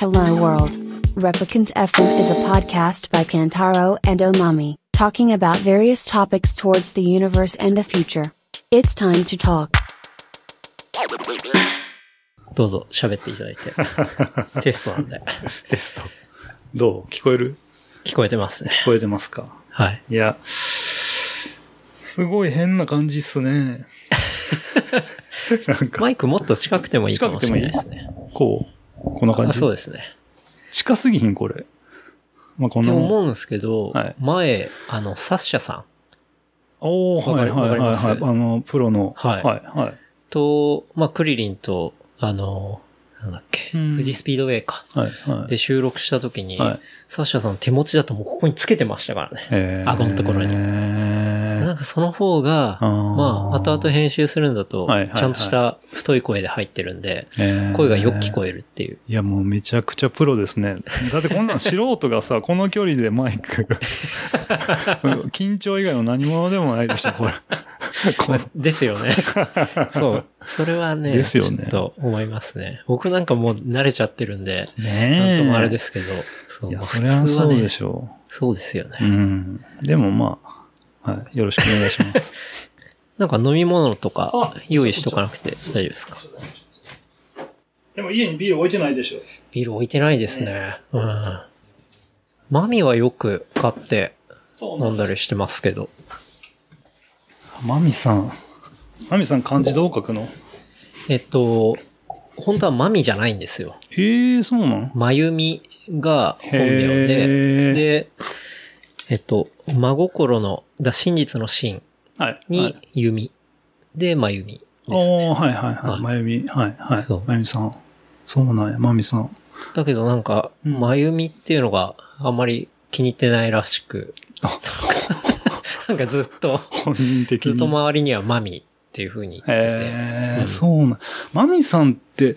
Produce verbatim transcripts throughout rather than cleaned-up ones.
Hello World. Replicant エフエム is a podcast by Kantaro and Omami, talking about various topics towards the universe and the future. It's time to talk. どうぞ喋っていただいて。テストなんで。 テスト。どう聞こえる？ 聞こえてますね。 聞こえてますか？ はい。 いや、すごい変な感じっすね。なんかマイクもっと近くてもいいかもしれないですね。 こうこんな感じ？ あ、そうですね。 近すぎひんこれ。まあ、こんなって思うんですけど、 はい、 前、あの、サッシャさん。 おー、はいはいはいはい。あの、プロの。 はい。 はいはい。 と、まあ、クリリンと、あの、なんだっけ、富士スピードウェイか。 はいはい。 で収録した時に、 はい、 サッシャさん手持ちだともうここにつけてましたからね。 へー。 顎のところに。なんかその方が、あまあ、後々編集するんだと、 はいはいはい、 ちゃんとした太い声で入ってるんで、声がよく聞こえるっていう。 いやもうめちゃくちゃプロですね。だってこんなん素人がさ、この距離でマイク。緊張以外の何者でもないでしょ、これ。 こですよね。そう。それはね、 ですよね、 ちょっと思いますね。僕なんかもう慣れちゃってるんで、 ねなんともあれですけど、 そう。いや、それはそうでしょう。そうですよね。 うん。でもまあ、はい。よろしくお願いします。 なんか飲み物とか用意しとかなくて大丈夫ですか？ でも家にビール置いてないでしょ？ ビール置いてないですね。うん。マミはよく買って飲んだりしてますけど。 マミさん。マミさん漢字どう書くの？ えっと、本当はマミじゃないんですよ。 へえ、そうなの？ まゆみが本名で、で、えっと、真心の、だ真実の真に弓でまゆみですね。 おー、はいはいはい。まゆみ、はいはい。 そう。 まゆみさん。そうなんや、まみさん。 だけどなんか、まゆみっていうのがあんまり気に入ってないらしく。なんかずっと、 本人的に。 ずっと周りにはマミっていう風に言ってて。 へー、うん、そうな。マミさんって、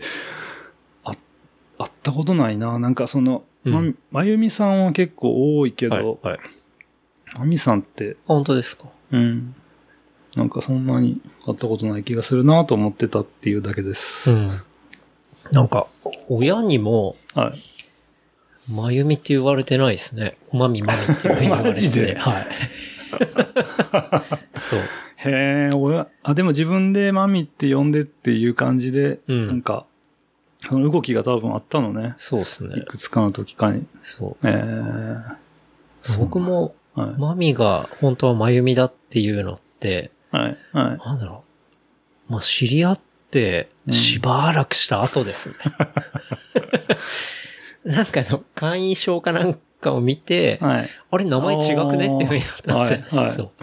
あ、会ったことないな。なんかその、うん、ま、まゆみさんは結構多いけど、はいはい、マミさんって。 本当ですか？ うん。なんかそんなに会ったことない気がするなと思ってたっていうだけです。 うん。なんか、親にも、はい。まゆみって言われてないですね。まみまみって言われてて。マジで？はい。そう。 へえ、親、あ、でも自分でマミって呼んでっていう感じで、うん、なんか、その動きが多分あったのね。 そうですね。 いくつかの時かに。 そう。 えー、 僕も、はい、マミが本当はまゆみだっていうのって、 はい、はい。 なんだろう。まあ、知り合ってしばらくした後ですね。うん、なんかの会員証かなんかを見て、はい、あれ名前違くねってふうになったんですよ。はいはい、そう。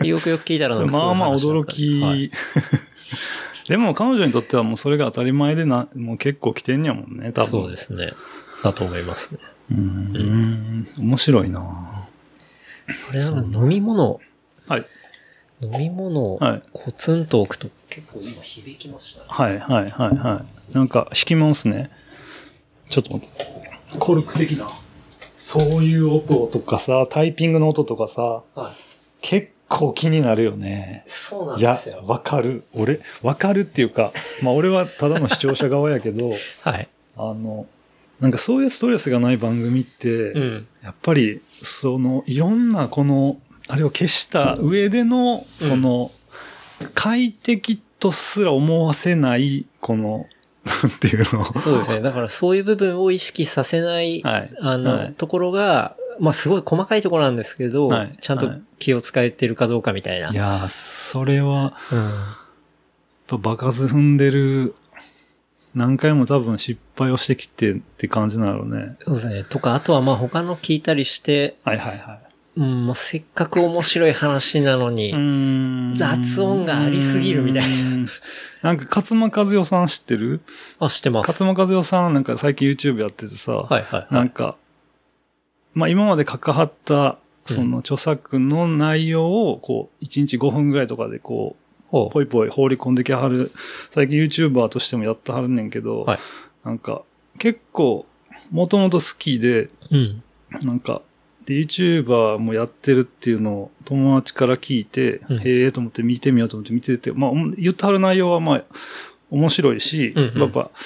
よくよく聞いたらなんかまあまあ驚き。はい、でも彼女にとってはもうそれが当たり前でな、もう結構来てんやもんね、多分。 そうですね。だと思いますね。 うーん、うん、面白いなあれなんか飲み物。 はい。 飲み物をコツンと置くと結構今響きましたね。 はいはいはいはい。なんか弾きますね。ちょっと待って。コルク的な。そういう音とかさ、タイピングの音とかさ、はい、結構気になるよね。 そうなんですよ。 いや、わかる。俺、わかるっていうか、まあ俺はただの視聴者側やけど、 はい。 あの、なんかそういうストレスがない番組って、うん、やっぱり、その、いろんなこの、あれを消した上での、その、うん、快適とすら思わせない、この、なんていうの。 そうですね。だからそういう部分を意識させない、はい、あの、はい、ところが、まあすごい細かいところなんですけど、はい、ちゃんと気を使えてるかどうかみたいな。 いやー、それは、うん、やっぱ場数踏んでる、何回も多分失敗をしてきてって感じなのね。 そうですね。とか、あとはまあ他の聞いたりして、 はいはいはい。 うん、もうせっかく面白い話なのに、雑音がありすぎるみたいな。 なんか、勝間和代さん知ってる？ あ、知ってます。 勝間和代さんなんか最近 YouTube やっててさ、 はいはい、はい。 なんか、まあ今まで関わった、その著作の内容を、こう、いちにちごふんぐらいとかでこう、ぽいぽい放り込んできはる、最近 YouTuber としてもやってはるねんけど、はい、なんか、結構、もともと好きで、うん、なんか、で、YouTuber もやってるっていうのを友達から聞いて、うん、へえと思って見てみようと思って見てて、まあ、言ってはる内容はまあ、面白いし、うんうん、やっぱ、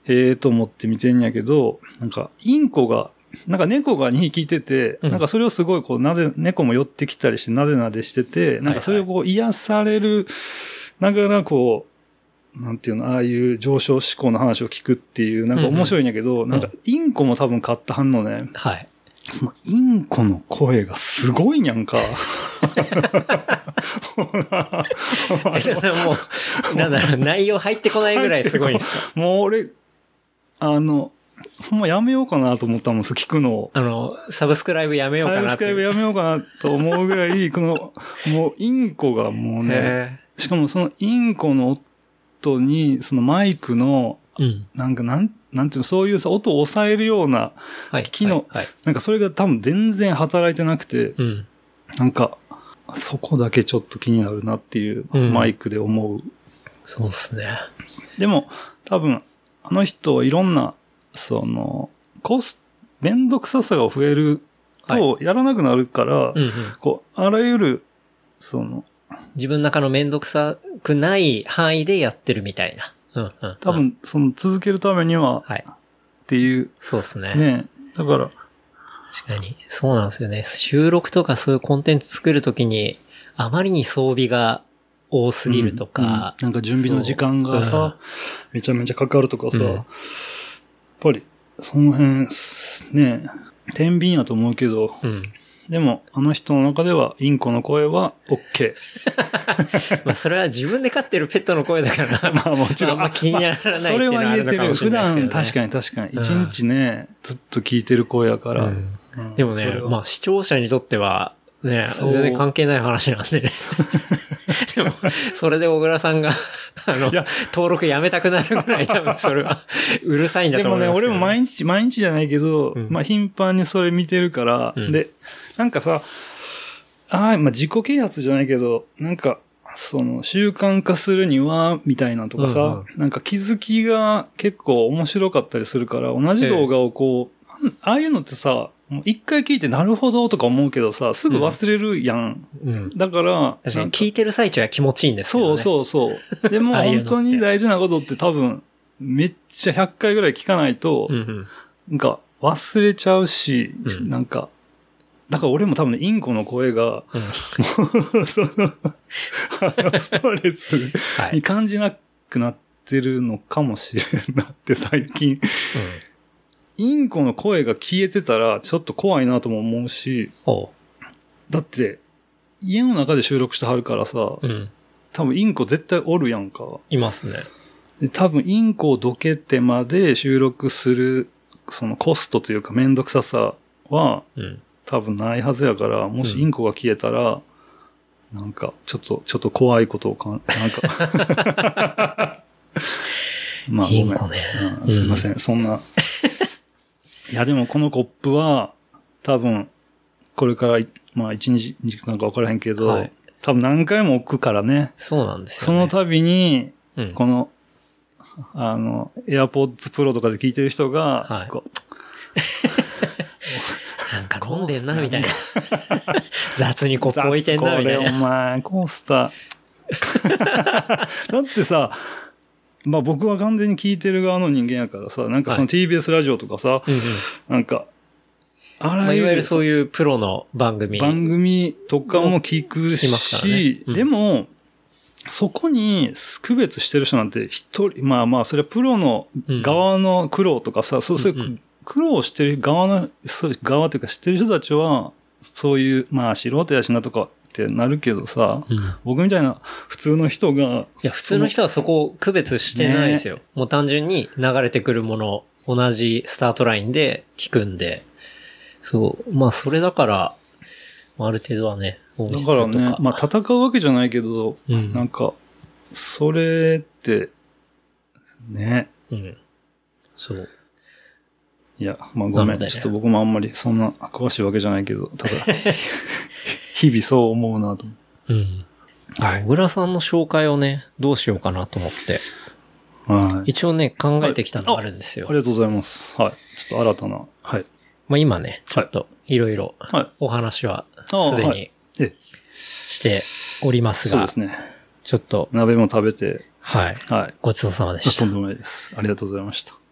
ええと思って見てんやけど、なんか、インコが、なんか猫がにひきいてて、うん、なんかそれをすごいこう、なで、猫も寄ってきたりしてなでなでしてて、なんかそれをこう癒されるながらこう、なんていうの、ああいう上昇志向の話を聞くっていう、なんか面白いんやけど、うんうん、なんかインコも多分買った反応ね。 はい。 そのインコの声がすごいんやんか。 それはもう、なんだろう、内容入ってこないぐらいすごいんですか？ もう俺、あの、ほんまやめようかなと思ったもん、聞くのを。 あの、サブスクライブやめようかなサブスクライブやめようかなと思うぐらい、この、もうインコがもうね、しかもそのインコの音に、そのマイクの、うん、なんかなん、なんていうの、そういうさ、音を抑えるような機能、はいはいはい、なんかそれが多分全然働いてなくて、うん、なんか、そこだけちょっと気になるなっていう、うん、マイクで思う。 そうっすね。 でも、多分、あの人はいろんな、その、コス、めんどくささが増えると、やらなくなるから、はいうんうん、こう、あらゆる、その、 自分の中のめんどくさくない範囲でやってるみたいな。うんうんうん、 多分、その続けるためには、はい、っていう。 そうですね。 ね。だから。 確かに。そうなんですよね。収録とかそういうコンテンツ作るときに、あまりに装備が多すぎるとか。うんうん、 なんか準備の時間がさ、うん、めちゃめちゃかかるとかさ、うん、やっぱり、その辺、ね、天秤やと思うけど、うんでも、あの人の中では、インコの声は OK。 まあ、それは自分で飼ってるペットの声だから。まあ、もちろん。まあ、気にならないっていうのはあるのかもしれないですけど、ね。それは言えてる。普段、確かに確かに。一日ね、うん、ずっと聞いてる声やから。うんうん、でもね、まあ、視聴者にとっては、ね、全然関係ない話なんでね。でも、それで小倉さんが、あの、登録やめたくなるぐらい多分それは、うるさいんだと思います、ね。 でもね、俺も毎日、毎日じゃないけど、うん、まあ、頻繁にそれ見てるから、うん、で、なんかさ、ああ、まあ、自己啓発じゃないけど、なんか、その、習慣化するには、みたいなとかさ、うんうん、なんか気づきが結構面白かったりするから、同じ動画をこう、ええ、ああいうのってさ、一回聞いてなるほどとか思うけどさ、すぐ忘れるやん。うんうん、だから、 確かに聞いてる最中は気持ちいいんですよね。 そうそうそう。でも本当に大事なことって多分、めっちゃひゃっかいぐらい聞かないと、うんうん、なんか忘れちゃうし、うん、なんか、だから俺も多分ね、インコの声が、うん、その、ストレスに感じなくなってるのかもしれんなって最近、うんインコの声が消えてたらちょっと怖いなとも思うし、だって家の中で収録してはるからさ、うん、多分インコ絶対おるやんか。 いますね。 で多分インコをどけてまで収録するそのコストというかめんどくささは、うん、多分ないはずやから、もしインコが消えたら、うん、なんかちょっとちょっと怖いことをかなんかまあごめん、インコね、うん、すいません、うん、そんな。いやでもこのコップは多分これからまあいち、にじかんか分からへんけど、はい、多分何回も置くからね。 そうなんですよね。 その度に、うん、この、あの、AirPods Pro とかで聞いてる人が、はい、こうなんか飲んでんなみたいな。雑にコップ置いてんなみたいな。 これお前、コースター。だってさ、まあ僕は完全に聞いてる側の人間やからさ、なんかその ティービーエス ラジオとかさ、はいうんうん、なんか、 あらゆる、まあ、いわゆるそういうプロの番組。 番組とかも聞くし、聞きますからねうん、でも、そこに区別してる人なんて一人、まあまあそれはプロの側の苦労とかさ、うん、そういう苦労してる側の、側というか知ってる人たちは、そういう、まあ素人やしなとか、ってなるけどさ、うん、僕みたいな普通の人が。いや、普通の人はそこを区別してないですよ。ね、もう単純に流れてくるもの、同じスタートラインで聞くんで。そう。まあ、それだから、ある程度はね、 音質とか。だからね、まあ、戦うわけじゃないけど、うん、なんか、それって、ね。うん。 そう。 いや、まあごめん、ね。ちょっと僕もあんまりそんな詳しいわけじゃないけど、ただ、日々そう思うなと。うん。 はい。小倉さんの紹介をね、どうしようかなと思って。はい。一応ね、考えてきたのあるんですよ、 はいあ。ありがとうございます。はい。ちょっと新たな。はい。 まあ今ね、ちょっといろいろお話はすでにしておりますが。 そうですね。 ちょっと。 鍋も食べて。 はい。はい。ごちそうさまでした。 とんでもないです。ありがとうございました。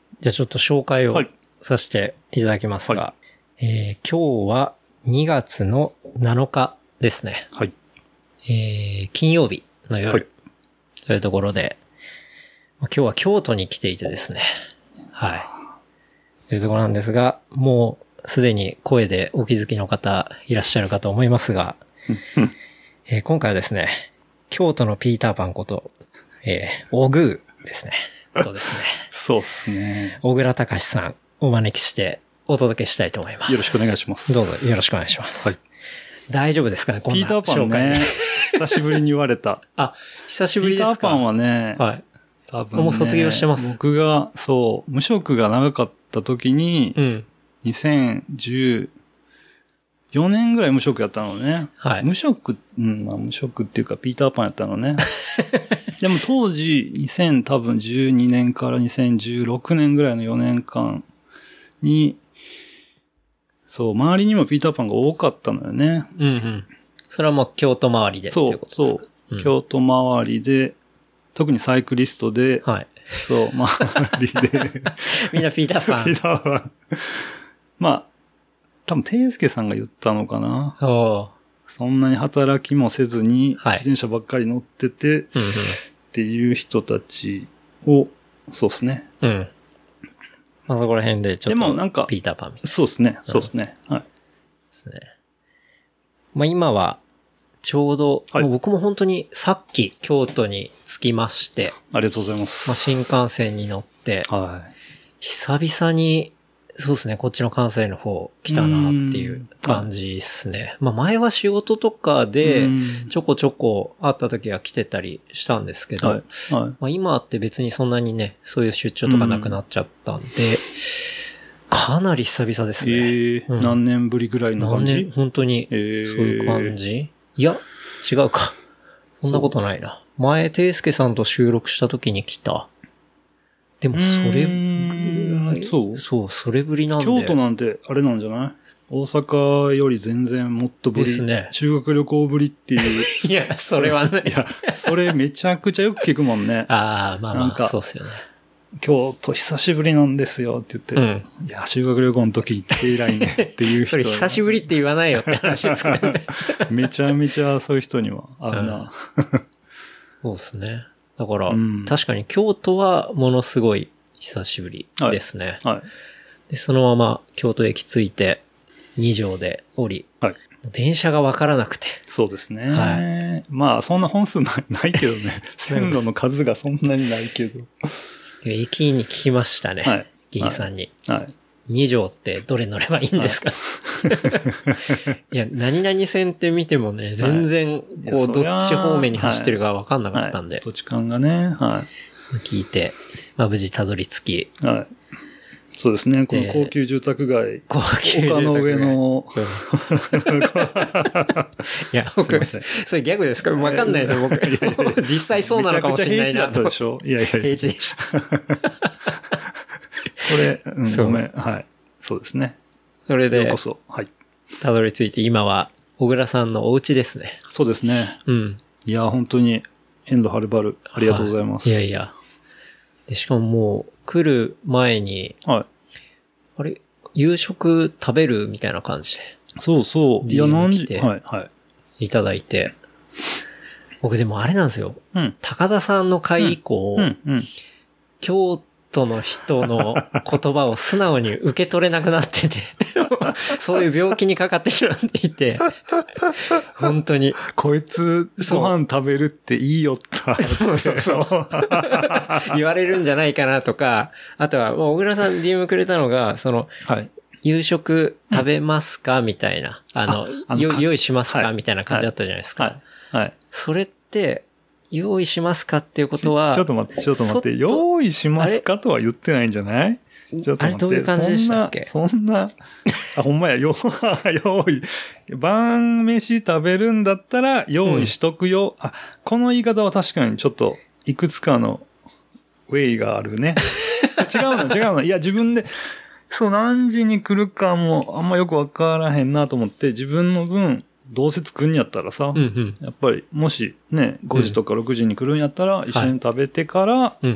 じゃあちょっと紹介をさせていただきますが、はい、えー、今日はにがつのなのかですね。 はい。 えー、金曜日の夜、はい、というところで、今日は京都に来ていてですね。はい。というところなんですが、もうすでに声でお気づきの方いらっしゃるかと思いますが、えー、今回はですね、京都のピーターパンこと、えー、おぐーですね。とですね。 そうですね。 小倉隆さんお招きしてお届けしたいと思います。 よろしくお願いします。 どうぞよろしくお願いします。はい。大丈夫ですかね、こんなピーターパンね。久しぶりに言われた。 あ、久しぶりですか。 ピーターパンはね、 はい。 多分ね、 もう卒業してます。 僕が、そう、無職が長かった時に、うん、にせんじゅうよねんぐらい無職やったのね。 はい。 無職、うん、まあ無職っていうかピーターパンやったのね。でも当時、にせん多分じゅうにねんからにせんじゅうろくねんぐらいのよねんかんに、そう、周りにもピーターパンが多かったのよね。 うんうん。それはもう京都周りでっていうことですか？ そう、そう、うん。京都周りで、特にサイクリストで、 はい。 そう、周りで。 みんなピーターパン。 ピーターパン。まあ、多分、ていすけさんが言ったのかな。 おそんなに働きもせずに、自転車ばっかり乗ってて、はい、っていう人たちを、そうですね。 うん。まあそこら辺でちょっと、でもなんか、ピーターパンみたいな。 そうですね、そうですね。はい。 ですね。まあ今は、ちょうど、はい、もう僕も本当にさっき京都に着きまして。 ありがとうございます。 まあ新幹線に乗って、 はい。 久々に、そうですね、こっちの関西の方来たなっていう感じですね。まあ前は仕事とかでちょこちょこ会った時は来てたりしたんですけど、はいはい、まあ今って別にそんなにね、そういう出張とかなくなっちゃったんで、かなり久々ですね。えーうん、何年ぶりぐらいの感じ？ 何年本当に、そういう感じ、えー、いや、違うか。そんなことないな。前、ていすけさんと収録した時に来た。でも、それぐらい。 そう。 そう、それぶりなんで。 京都なんて、あれなんじゃない？大阪より全然もっとぶり。 ですね。 修学旅行ぶりっていう。 いや、それはね。 いや、それめちゃくちゃよく聞くもんね。 ああ、まあまあ、なんかそうっすよね。 京都久しぶりなんですよって言って、うん、いや、修学旅行の時行って以来ねっていう人。 それ久しぶりって言わないよって話ですからね。 めちゃめちゃそういう人にはあるな。 うん、そうですね。だから、うん、確かに京都はものすごい久しぶりですね。 はいはい、 でそのまま京都駅着いて、に条で降り、はい、電車がわからなくて。 そうですね。はい、まあ、そんな本数ない、ないけどね。線路の数がそんなにないけど。 駅員に聞きましたね。はい。議員さんに。はい。に条ってどれ乗ればいいんですか、はい、いや、何々線って見てもね、全然、こう、どっち方面に走ってるかわかんなかったんで。 土地勘がね、はい。 聞いて、まあ無事たどり着き。 はい。そうですね、この高級住宅街。 高級住宅街。 丘の上の。 いや、僕、それギャグですかわかんないですよ、僕。実際そうなのかもしれないな。 めちゃくちゃ平地だったでしょ？いやいやいや。 平地でした。 これ、うん、ごめん。はい。そうですね。 それで、 ようこそ。はい。 たどり着いて、今は、小倉さんのお家ですね。 そうですね。 うん。 いや、本当に、遠路はるばる、ありがとうございます。 いやいや。で、しかももう、来る前に、 はい。 あれ、夕食食べるみたいな感じで。 そうそう。いや、何時はい、はい。 いただいて。僕でもあれなんですよ。 うん。 高田さんの回以降、 うん、うん、うん。 京都の人の言葉を素直に受け取れなくなってて、そういう病気にかかってしまっていて、本当に。 こいつ、ご飯食べるっていいよった。 そうそうそう。言われるんじゃないかなとか、あとは、小倉さん ディーエム くれたのが、その、 はい、 夕食食べますか、うん、みたいな。あの、あの用意しますか、はい、みたいな感じだったじゃないですか。 はい。はいはい、 それって、用意しますかっていうことは。 ちょっと待って、ちょっと待って。用意しますかとは言ってないんじゃない？ちょっと待って。 あれどういう感じでしたっけ？ そんな、そんな、あ、ほんまや、用意。晩飯食べるんだったら用意しとくよ。うん、あ、この言い方は確かにちょっと、いくつかのウェイがあるね。違うの、違うの。いや、自分で、そう、何時に来るかもあんまよくわからへんなと思って、自分の分、どうせ作るんやったらさ、 うんうん、 やっぱりもしね、ごじとかろくじに来るんやったら、一緒に食べてから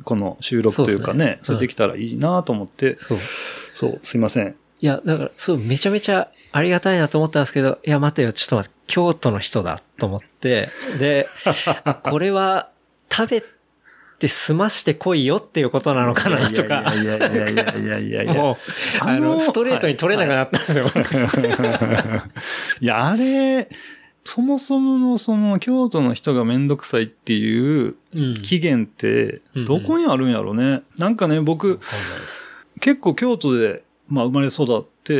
この収録というかね、それできたらいいなと思って、そう。そう、すいません。 いや、だから、そう、めちゃめちゃありがたいなと思ったんですけど、いや、待てよ、ちょっと待って、京都の人だと思って、で、これは食べて済ましてこいよっていうことなのかなとか。 いやいやいやいやいやいやいや。もう、 あの、ストレートに取れなくなったんですよ。 はい、いや、あれ、そもそものその京都の人がめんどくさいっていう起源ってどこにあるんやろうね。うんうん、なんかね、僕、結構京都で、まあ、生まれ育って、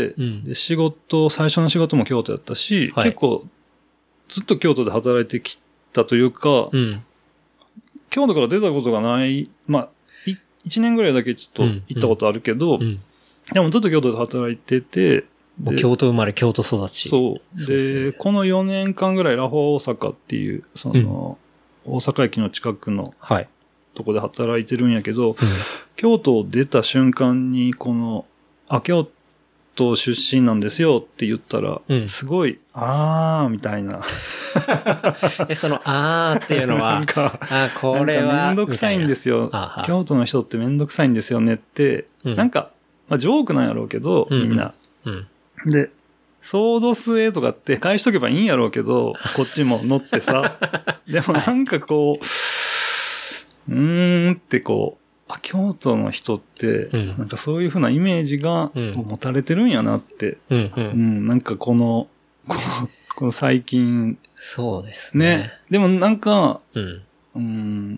うん、で仕事、最初の仕事も京都やったし、はい、結構ずっと京都で働いてきたというか、うん、京都から出たことがない、まあ、一年ぐらいだけちょっと行ったことあるけど、うんうん、でもずっと京都で働いてて、 京都生まれ、京都育ち。 そう。で、でね、このよねんかんぐらいラフォー大阪っていう、その、うん、大阪駅の近くの、はい。とこで働いてるんやけど、うん、京都を出た瞬間に、この、あ、京都出身なんですよって言ったら、うん、すごい、あーみたいな。 え、その、あーっていうのは、なんか、あ、これは。 めんどくさいんですよ。京都の人ってめんどくさいんですよねって、うん、なんか、まあ、ジョークなんやろうけど、みんな。うんうん、で、ソードスエとかって返しとけばいいんやろうけど、こっちも乗ってさ。でもなんかこう、うーんってこう、あ、京都の人って、うん、なんかそういう風なイメージが持たれてるんやなって。うんうんうん、なんかこの、この、この最近。 そうですね。ね。 でもなんか、うん、うん、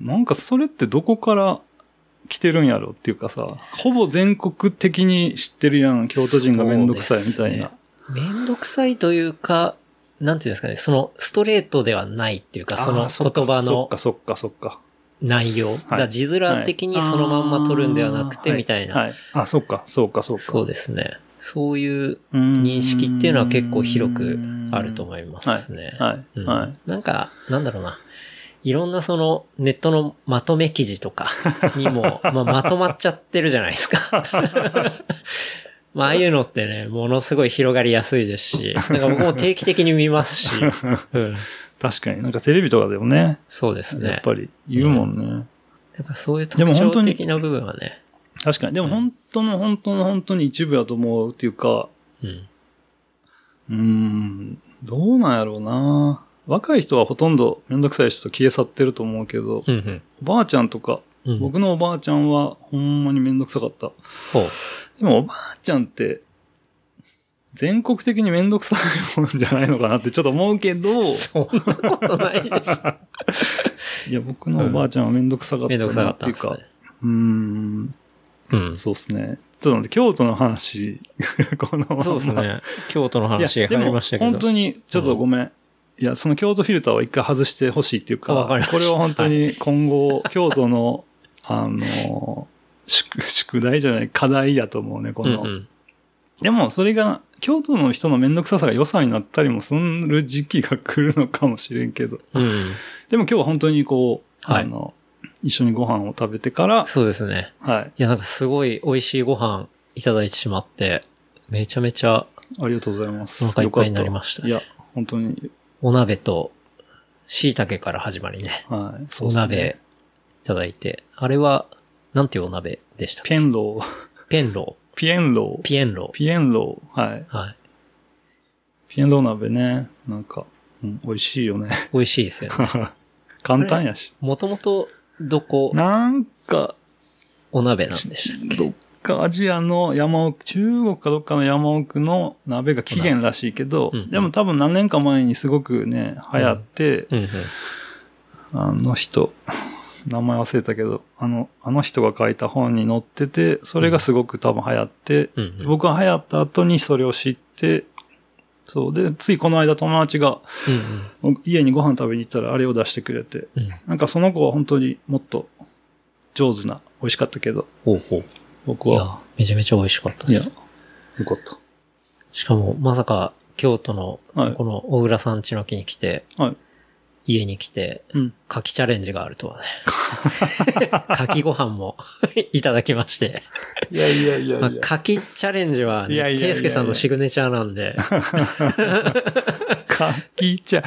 なんかそれってどこから来てるんやろっていうかさ、ほぼ全国的に知ってるやん、京都人がめんどくさいみたいな。 めんどくさいというか、なんていうんですかね、そのストレートではないっていうか、その言葉の。 そっかそっかそっか。 内容。はい、だ字面的にそのまんま取るんではなくて、みたいな。 はいはい、あ、そっか、そうか、そうか。 そうですね。そういう認識っていうのは結構広くあると思いますね。はい。うんはい、なんか、なんだろうな。いろんなそのネットのまとめ記事とかにも、まあ、まとまっちゃってるじゃないですか。まあ、ああいうのってね、ものすごい広がりやすいですし、なんか僕も定期的に見ますし。うん確かに。なんかテレビとかでもね。 そうですね。 やっぱり言うもんね。うん、 やっぱそういう特徴的な部分はね。 確かに。でも本当の本当の本当に一部やと思うっていうか。うん。うーん。どうなんやろうな。若い人はほとんどめんどくさい人と消え去ってると思うけど。うんうん、おばあちゃんとか、うん、僕のおばあちゃんはほんまにめんどくさかった。ほう。でもおばあちゃんって、全国的にめんどくさいもんじゃないのかなってちょっと思うけど。 そんなことないでしょ。 いや、僕のおばあちゃんはめんどくさかったなっていうか。うん、うーん。うん。そうですね。ちょっと待って、京都の話、このまま。 そうですね。京都の話入りましたけど。 でも本当に、ちょっとごめん。うん、いや、その京都フィルターは一回外してほしいっていうか、これは本当に今後、京都の、あの、宿、宿題じゃない、課題やと思うね、この。うんうん、でも、それが、京都の人のめんどくささが良さになったりもする時期が来るのかもしれんけど。うん、でも今日は本当にこう、はい、あの、一緒にご飯を食べてから。 そうですね。はい。いや、なんかすごい美味しいご飯いただいてしまって、めちゃめちゃ。 ありがとうございます。 お腹いっぱいになりました、ね。 いや、本当に。 お鍋と、椎茸から始まりね。はい。そうですね。お鍋いただいて。あれは、なんていうお鍋でしたっけ？ ペンロー。 ペンロー。 ピエンロー。 ピエンロー。 ピエンロー。はい。はい。ピエンロー鍋ね。なんか、うん、美味しいよね。 美味しいですよね。 簡単やし。 もともと、どこなんか、 お鍋なんでしたっけ？ どっかアジアの山奥、中国かどっかの山奥の鍋が起源らしいけど、うんうん、でも多分何年か前にすごくね、流行って、うんうんうん、あの人、名前忘れたけど、あの、あの人が書いた本に載ってて、それがすごく多分流行って、うんうん、僕が流行った後にそれを知って、そう。で、ついこの間友達が、うんうん、家にご飯食べに行ったらあれを出してくれて、うん、なんかその子は本当にもっと上手な、美味しかったけど、 ほうほう僕は。いや、めちゃめちゃ美味しかったです。 いや、よかった。 しかも、まさか京都の、この小倉さん家の木に来て、はい家に来て、うん、牡蠣チャレンジがあるとはね。牡蠣ご飯もいただきまして。 いやいやいやいや。まあ、 牡蠣チャレンジは、ね、ケイスケさんのシグネチャーなんで。 牡蠣チャ、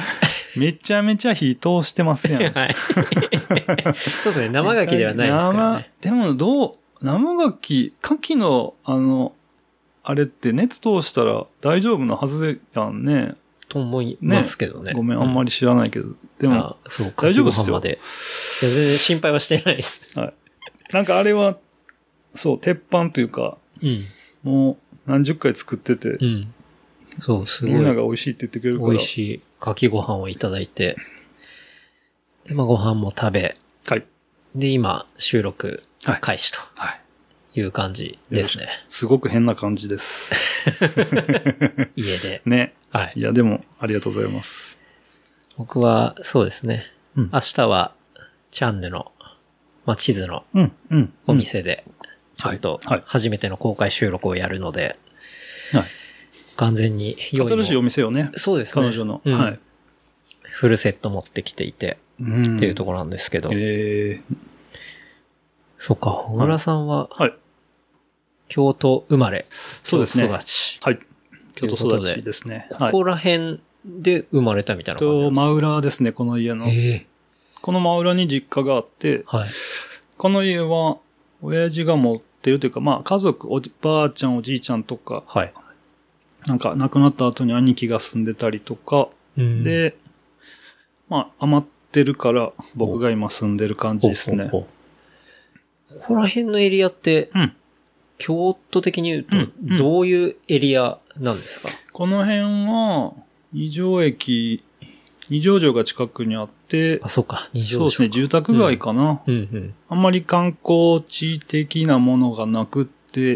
めちゃめちゃ火通してますやん。はい。 そうですね。生牡蠣ではないですからね。 でもどう、生牡蠣、牡蠣の、あの、あれって熱通したら大丈夫なはずやんね。 と思いますけどね。 ねごめん、あんまり知らないけど。うん、でも、 そう、 大丈夫ですよ。 まで。全然心配はしてないです。 はい。なんかあれは、そう、鉄板というか、うん、もう何十回作ってて、うん、 そう、すごい。 みんなが美味しいって言ってくれるから。 美味しい牡蠣ご飯をいただいて、で、まあご飯も食べ、はい。で、今、収録開始と。はい。いう感じですね。 すごく変な感じです。 家で。 ね。はい。いや、でも、ありがとうございます。 僕は、そうですね。うん、明日は、チャンヌの、まあ、地図のお店で、ちょっと、初めての公開収録をやるので、はい。完全に用意も、新しいお店をね。 そうですね。 彼女の。 うん、 はい。 フルセット持ってきていて、うん、っていうところなんですけど。 えー、 そっか、小倉さんは、はい。京都生まれ。 そうですね。 京都育ち。 はい。京都育ちですね。 ここら辺で生まれたみたいな感じですか？ 真裏ですね、この家の。この真裏に実家があって、はい、この家は、親父が持ってるというか、まあ家族、おばあちゃん、おじいちゃんとか、はい、なんか亡くなった後に兄貴が住んでたりとか、で、まあ余ってるから僕が今住んでる感じですね。 ここら辺のエリアって、うん、京都的に言うと、どういうエリアなんですか？うんうん、 この辺は、二条駅、二条城が近くにあって、 あ、そうか、二条城。 そうですね、住宅街かな。うんうんうん、あんまり観光地的なものがなくって、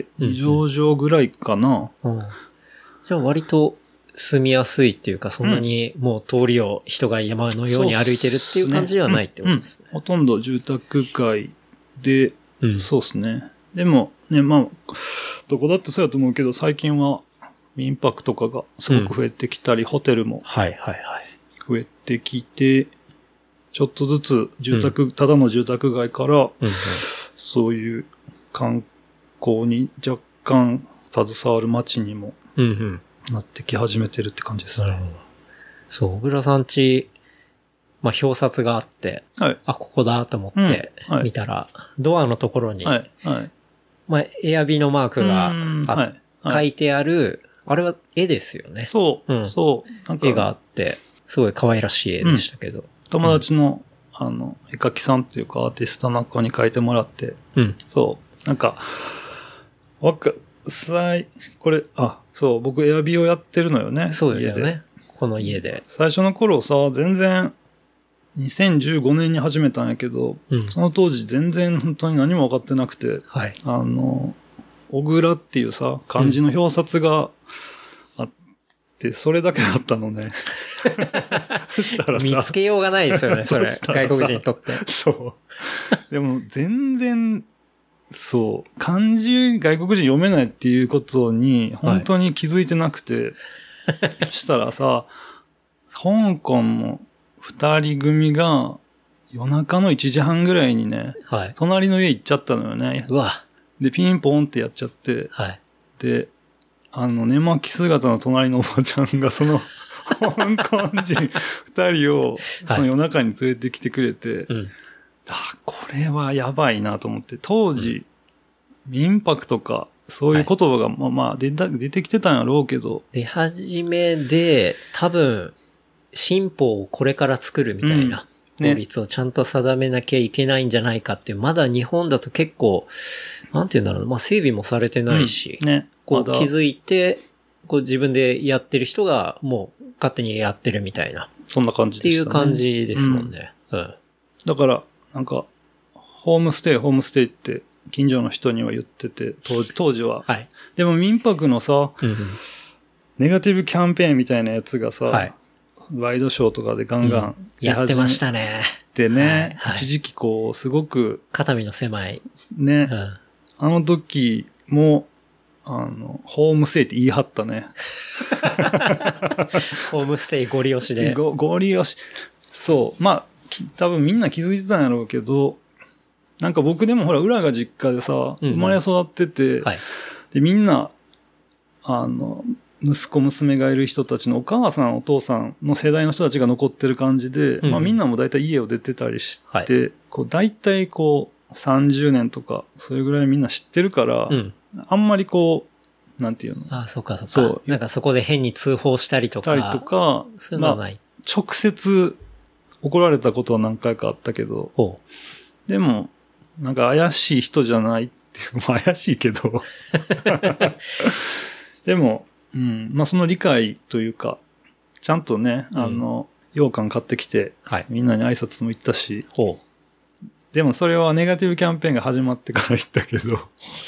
二条城ぐらいかな。 うんうん、じゃあ割と住みやすいっていうか、そんなにもう通りを人が山のように歩いてるっていう感じではないってことですね。 うんうん、ほとんど住宅街で、うん、そうですね。でも、ね、まあ、どこだってそうやと思うけど、最近は民泊とかがすごく増えてきたり、うん、ホテルもはいはいはい。 増えてきて、ちょっとずつ住宅、うん、ただの住宅街から、うんうん、そういう観光に若干携わる街にもなってき始めてるって感じですね。 うんうん、そう、小倉さんち、まあ、表札があって、はい、あ、ここだと思って見たら、うんはい、ドアのところに、はいはいまあ、エアビーのマークがあ、はいはい、書いてある、あれは絵ですよね。 そう、うん、そう。 なんか絵があって、すごい可愛らしい絵でしたけど。うん、 友達の、うん、あの、絵描きさんっていうかアーティストの子に描いてもらって、うん、そう。なんか、わか、さい、これ、あ、そう、僕エアビーをやってるのよね。 そうですよね。この家で。 最初の頃さ、全然、にせんじゅうごねんに始めたんやけど、うん、その当時全然本当に何も分かってなくて、はい、あの、小倉っていうさ、漢字の表札があって、それだけだったのね。そしたらさ、 見つけようがないですよね、それ。そ外国人にとって。 そう。でも全然、そう、漢字外国人読めないっていうことに本当に気づいてなくて、はい、そしたらさ、香港の二人組が夜中のいちじはんぐらいにね、はい、隣の家行っちゃったのよね。 うわ。 で、ピンポンってやっちゃって、はい、で、あの、寝巻き姿の隣のおばちゃんがその、香港人二人をその夜中に連れてきてくれて、はいうん、あ、これはやばいなと思って、当時、うん、民泊とか、そういう言葉が、まあまあ出た、出てきてたんやろうけど。 出始めで、多分、新法をこれから作るみたいな法律をちゃんと定めなきゃいけないんじゃないかっていう、まだ日本だと結構、なんて言うんだろうな、まあ整備もされてないし、うんね、こう気づいて、こう自分でやってる人がもう勝手にやってるみたいな。 そんな感じでしたね。 っていう感じですもんね。うん。うん、 だから、なんか、ホームステイ、ホームステイって近所の人には言ってて、当時、当時は。はい。でも民泊のさ、うんうん、ネガティブキャンペーンみたいなやつがさ、はいワイドショーとかでガンガン、うん、 やってましたね。 でね、はいはい、一時期こう、すごく。 肩身の狭い。 ね、うん。あの時も、あの、ホームステイって言い張ったね。 ホームステイゴリ押しで。 ご、ゴリ押し。そう。まあ、多分みんな気づいてたんやろうけど、なんか僕でもほら、裏が実家でさ、うんうん、生まれ育ってて、はい、で、みんな、あの、 息子娘がいる人たちのお母さんお父さんの世代の人たちが残ってる感じで、うん、まあみんなも大体家を出てたりして、はい、こう大体こうさんじゅうねんとかそれぐらいみんな知ってるから、うん、あんまりこうなんていうの、 ああ、そうかそうか。そう。なんかそこで変に通報したりとか。 たりとか、 そういうのはない、 まあ。直接怒られたことは何回かあったけど、 ほうでもなんか怪しい人じゃないっていうのも怪しいけど、でも。うん。まあ、その理解というか、ちゃんとね、あの、うん、羊羹買ってきて、はい、みんなに挨拶も行ったし、 ほう。でもそれはネガティブキャンペーンが始まってから行ったけど。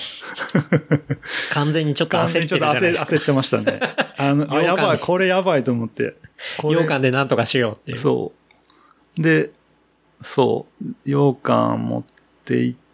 完全にちょっと焦ってるじゃないですか。 焦ってましたね。あの、あ、やばい、これやばいと思って。 羊羹でなんとかしようっていう。 そう。で、そう。羊羹持って行って、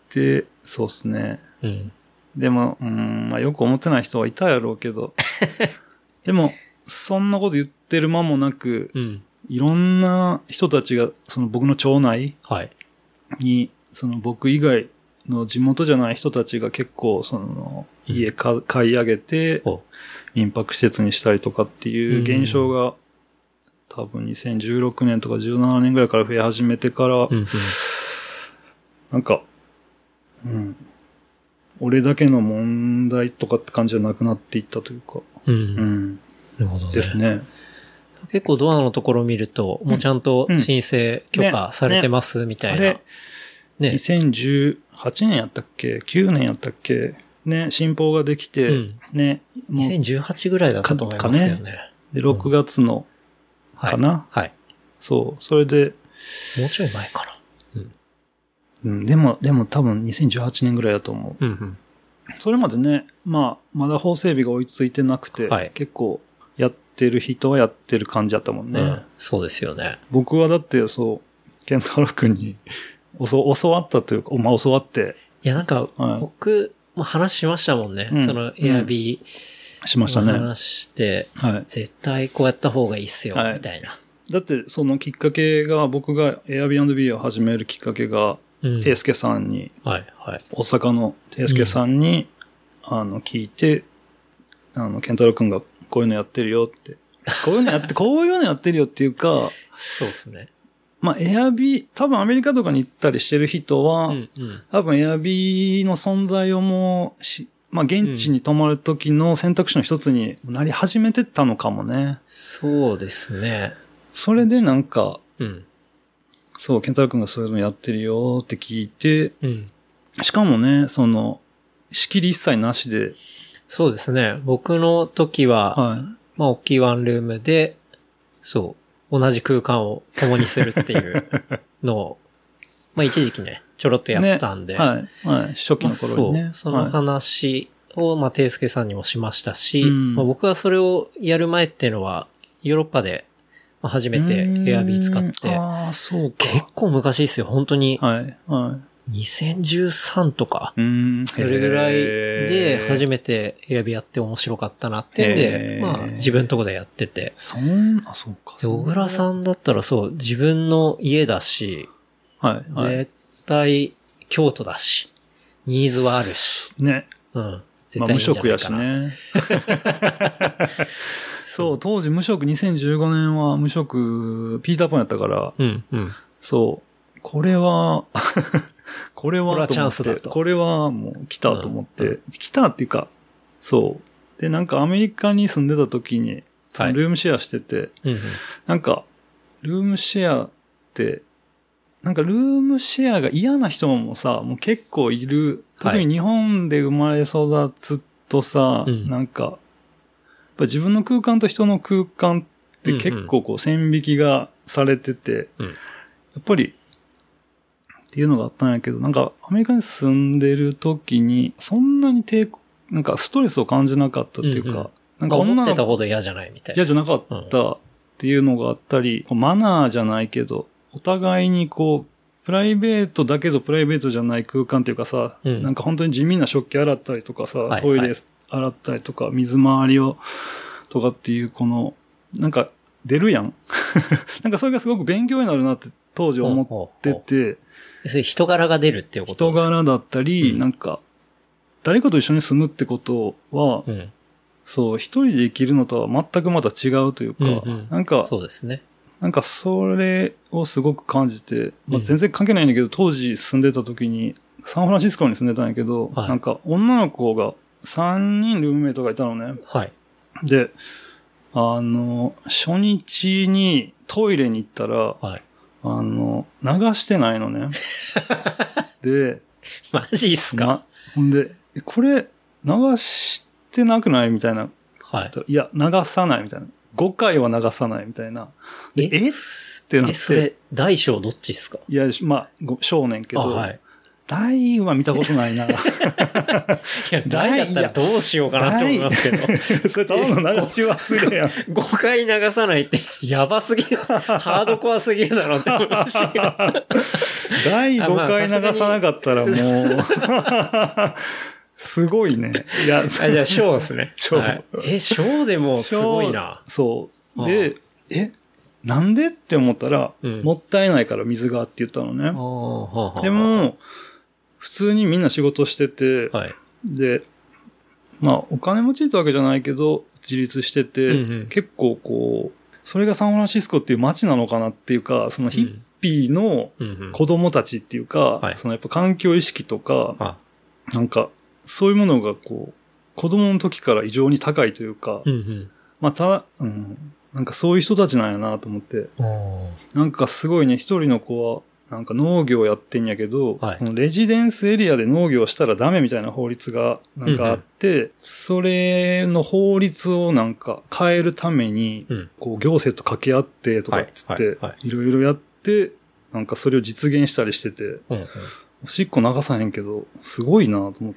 そうっすね。 うん。 でも、うん、まあよく思ってない人はいたやろうけど。でも、そんなこと言ってる間もなく、 うん、 いろんな人たちが、その僕の町内に、 はい、 その僕以外の地元じゃない人たちが結構、その、家か買い上げて、民泊施設にしたりとかっていう現象が、うん、多分にせんじゅうろくねんとかじゅうななねんぐらいから増え始めてから、 うんうん、 なんか、うん。俺だけの問題とかって感じじゃなくなっていったというか。 うん。 うん。 なるほどね。 ですね。 結構ドアのところを見ると、もうちゃんと申請許可されてます、うんね、みたいな。 ね。ね。にせんじゅうはちねんやったっけ ?きゅうねんやったっけね、新法ができて、うん、ね。 にせんじゅうはちぐらいだったと思いますけどね。ねで、ろくがつの、うん、かな、 はい、はい。 そう。それで。 もうちょい前かな。 うん、でも、でも多分にせんじゅうはちねんぐらいだと思う。うんうん、 それまでね、まあ、まだ法整備が追いついてなくて、はい、結構やってる人はやってる感じだったもんね。うん、 そうですよね。 僕はだってそう、ケンタロウ君に教わったというか、まあ教わって。 いやなんか、はい、僕も話しましたもんね。うん、そのエアビー、 うん、しましたね。 話して、はい、絶対こうやった方がいいっすよ、はい、みたいな。 だってそのきっかけが、僕が Airbnb を始めるきっかけが、ていすけさんに、 はいはい、 大阪のていすけさんに、うん、あの、聞いて、あの、ケンタロウ君がこういうのやってるよって。こういうのやって、こういうのやってるよっていうか、 そうですね。 まあ、エアビー、多分アメリカとかに行ったりしてる人は、 うんうん、 多分エアビーの存在をもうし、まあ、現地に泊まる時の選択肢の一つになり始めてたのかもね。 そうですね。 それでなんか、 うん、 そう、ケンタロウ君がそういうのやってるよって聞いて、 うん、 しかもね、その、仕切り一切なしで。 そうですね。僕の時は、 はい、 まあ、大きいワンルームで、そう、同じ空間を共にするっていうのを、まあ、一時期ね、ちょろっとやってたんで。 ね、はい、はい。初期の頃にね。 まあ、そう、その話を、まあ、ていすけさんにもしましたし、うん、まあ、僕はそれをやる前っていうのは、ヨーロッパで、初めて Airb 使って、 ああ、そうか。 結構昔ですよ、本当に。 はい、はい。 にせんじゅうさんとか、 うん、 それぐらいで初めて Airb やって面白かったなってんで、まあ自分のとこでやってて。 そんな、そうか。 小倉さんだったらそう、自分の家だし、 はい、はい。 絶対京都だし、ニーズはあるし。 ね。 うん。絶対いいんじゃないかな。 まあ無職やしね。そう、当時無職、にせんじゅうごねんは無職、ピーターパンやったから、 うんうん、 そう、これは、これは、 これはチャンスだと。 これはもう来たと思って、うんうん、来たっていうか、そう。で、なんかアメリカに住んでた時に、そのルームシェアしてて、はいうんうん、 なんか、ルームシェアって、なんかルームシェアが嫌な人もさ、もう結構いる。特に日本で生まれ育つとさ、はい、なんか、やっぱ自分の空間と人の空間って結構こう線引きがされてて、 うんうん、 やっぱり、っていうのがあったんやけど、なんかアメリカに住んでる時に、そんなに抵抗、なんかストレスを感じなかったっていうか、うんうん、 なんか思ってたほど嫌じゃないみたいな。 嫌じゃなかったっていうのがあったり、うん、マナーじゃないけど、お互いにこう、プライベートだけどプライベートじゃない空間っていうかさ、うん、なんか本当に地味な食器洗ったりとかさ、はいはい、トイレ洗ったりとか、水回りを、とかっていう、この、なんか出るやん。なんかそれがすごく勉強になるなって当時思ってて。 それ人柄が出るっていうことですか？ 人柄だったり、うん、なんか、誰かと一緒に住むってことは、 うん、 そう、一人で生きるのとは全くまた違うというか、うんうん、なんか、 そうですね。 なんかそれをすごく感じて、まあ、全然関係ないんだけど、うん、当時住んでた時に、サンフランシスコに住んでたんやけど、はい、なんか女の子がさんにんルームメイトがいたのね。 はい。 で、あの、初日にトイレに行ったら、はい、あの、流してないのね。で、 マジっすか、ま、 ほんで、これ流してなくないみたいな。 はい。 いや、流さないみたいな。ごかいは流さないみたいな。 ええってなって。え、それ、大小どっちっすか？ いや、まあ、小年けど。 はい。 大は見たことないな。いや、大だったらどうしようかなと思いますけど。 それただの流し忘れやん。 ごかい流さないってやばすぎる。ハードコアすぎるだろうって思いましたけど。 大ごかい流さなかったらもう、すごいね。いや、 あ、じゃあ小ですね。 小、 はい。え、小でもすごいな。 そう。で、え、なんでって思ったら、うん、もったいないから水がって言ったのね。 あでも、普通にみんな仕事してて、 はい、 で、まあ、お金持ちってわけじゃないけど、自立してて、うんうん、結構こう、それがサンフランシスコっていう街なのかなっていうか、そのヒッピーの子供たちっていうか、うんうん、そのやっぱ環境意識とか、 はい、 なんか、そういうものがこう、子供の時から異常に高いというか、 うんうん、 まあ、た、うん、なんかそういう人たちなんやなと思って、なんかすごいね、一人の子は、なんか農業やってんやけど、 はい、 このレジデンスエリアで農業したらダメみたいな法律がなんかあって、うんうん、それの法律をなんか変えるために、 うん、 こう行政と掛け合ってとかっつって、いろいろやって、なんかそれを実現したりしてて、 うんうん、 おしっこ流さへんけど、すごいなと思って。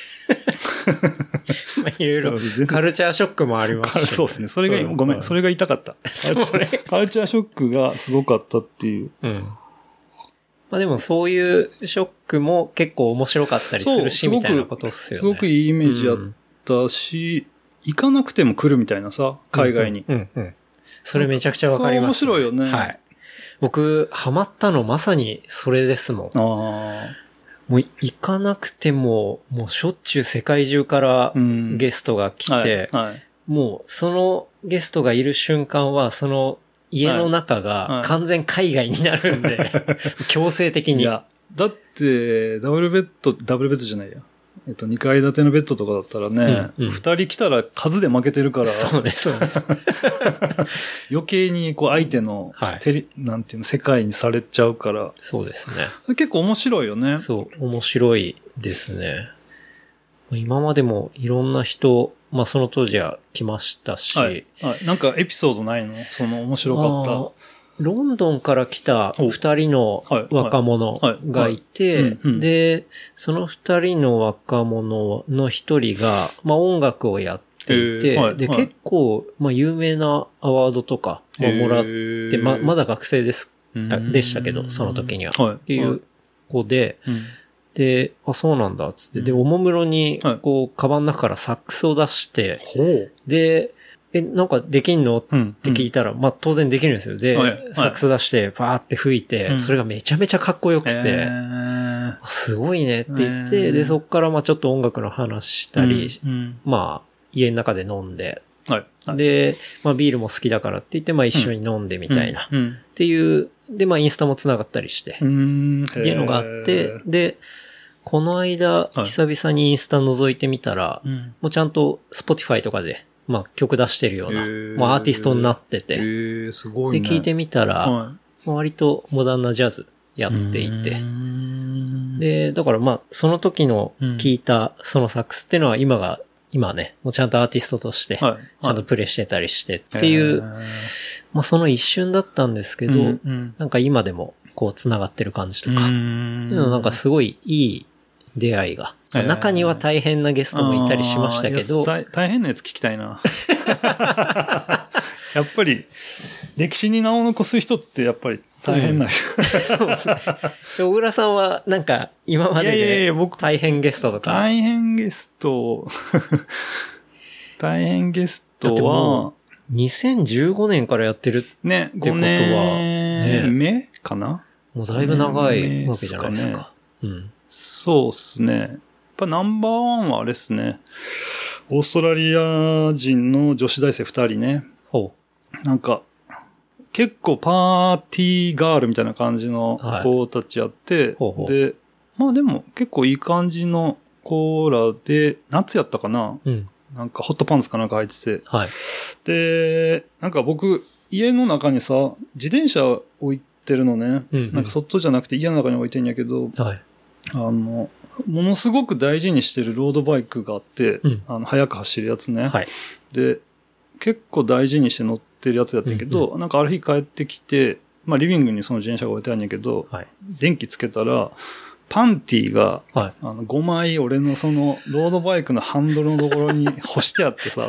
まあいろいろカルチャーショックもありますし、ね、 そうですね。それが、うん、ごめん、それが痛かった。 それカルチャーショックがすごかったっていう。 うん。まあでもそういうショックも結構面白かったりするしみたいなことっすよね。 すごくいいイメージやったし、うん、行かなくても来るみたいなさ、海外に。 うんうんうんうん、それめちゃくちゃわかります、 ね。面白いよね。 はい。僕、ハマったのまさにそれですもん。 あもう行かなくても、もうしょっちゅう世界中からゲストが来て、うんはいはい、もうそのゲストがいる瞬間は、その家の中が完全海外になるんで、はいはい、強制的に。いや、 だって、ダブルベッド、ダブルベッドじゃないや。えっと、にかい建てのベッドとかだったらね、うんうん、ふたり来たら数で負けてるから。 そうです、そうです。 余計に、こう、相手の、テレ、はい、なんていうの、世界にされちゃうから。 そうですね。 それ結構面白いよね。 そう、面白いですね。今までもいろんな人、まあその当時は来ましたし。 はい。はい、なんかエピソードないの？その面白かった。 ロンドンから来た二人の若者がいて、で、その二人の若者の一人が、まあ音楽をやっていて、はい、で、はい、結構、まあ有名なアワードとかもらって、ま、まだ学生です、でしたけど、その時には。はい、っていう子で、うんで、あ、そうなんだ、つって。で、おもむろに、こう、カバンの中からサックスを出して、で、え、なんかできんのって聞いたら、まあ当然できるんですよ。で、サックス出して、バーって吹いて、それがめちゃめちゃかっこよくて、すごいねって言って、で、そっからまあちょっと音楽の話したり、まあ家の中で飲んで、で、まあビールも好きだからって言って、まあ一緒に飲んでみたいな、っていう、で、まあインスタも繋がったりして、っていうのがあって、で、この間、久々にインスタ覗いてみたら、はい、もうちゃんと Spotify とかで、まあ曲出してるような、まあアーティストになってて、 えー、すごいね、 で、聞いてみたら、はい、割とモダンなジャズやっていて、で、だからまあその時の聞いたそのサックスっていうのは今が、今ね、もうちゃんとアーティストとして、ちゃんとプレイしてたりしてっていう、はいはい、まあその一瞬だったんですけど、うんうん、なんか今でもこう繋がってる感じとか、っていうのなんかすごいいい出会いが。中には大変なゲストもいたりしましたけど。 大, 大変なやつ聞きたいな。やっぱり、歴史に名を残す人ってやっぱり大変な、うん、 そうですね。小倉さんはなんか今までで大変ゲストとか。 大変ゲスト、大変ゲストは、 にせんじゅうごねんからやってるってことは、ね、 ごねんめかな、 もうだいぶ長いわけじゃないですか。うん。 そうっすね。やっぱナンバーワンはあれっすね。 オーストラリア人の女子大生二人ね。 ほう。なんか、結構パーティーガールみたいな感じの子たちやって、はい、ほうほうで、まあでも結構いい感じの子らで、夏やったかな、うん、なんかホットパンツかなんか履いてて、はい、で、なんか僕、家の中にさ、自転車置いてるのね、うんうん、なんか外じゃなくて家の中に置いてんやけど、はい、あの、ものすごく大事にしてるロードバイクがあって、うん、あの速く走るやつね、はい、で、結構大事にして乗ってるやつやったけど、うんうん、なんかある日帰ってきて、まあリビングにその自転車が置いてあるんやけど、はい、電気つけたら、パンティーが、はい、あのごまい俺のそのロードバイクのハンドルのところに干してあってさ、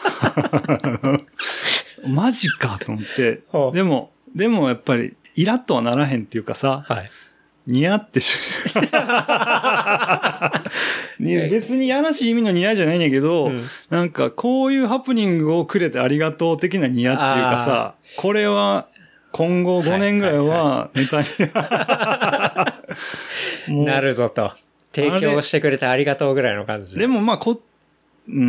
マジかと思って、はあ、でも、でもやっぱりイラッとはならへんっていうかさ、はい、似合ってし別にやらしい意味の似合いじゃないんやけど、うん、なんかこういうハプニングをくれてありがとう的な似合っていうかさ、これは今後ごねんぐらいはネタに、 はいはい、なるぞと。提供してくれてありがとうぐらいの感じで。 でもまあこ、うん、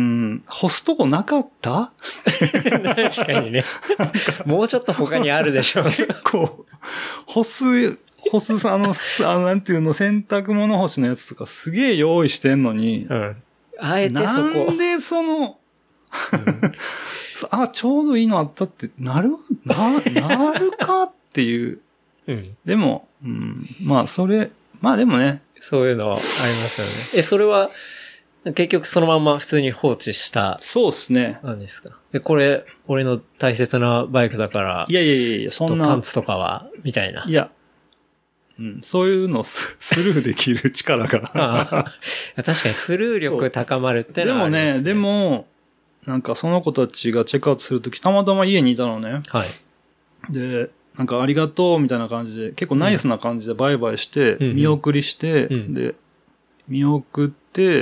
干すとこなかった確かにね。もうちょっと他にあるでしょう。 結構、干す、干す、あの、あの、なんていうの、洗濯物干しのやつとかすげえ用意してんのに、うん、 あえてそこ。 なんでその、うん、あ、ちょうどいいのあったって、なる、な、なるかっていう。うん、でも、うん、まあ、それ、まあでもね。 そういうのはありますよね。え、それは、結局そのまま普通に放置した。 そうっすね。 なんですか。で、これ、俺の大切なバイクだから。 いやいやいや、そんな。 パンツとかは、みたいな。 いや。うん、そういうのをスルーできる力が。 ああ確かにスルー力高まるってのはありますね。 でもね、でも、なんかその子たちがチェックアウトするとき、たまたま家にいたのね。はい。で、なんかありがとうみたいな感じで、結構ナイスな感じでバイバイして、うん、見送りして、うん、で、見送って、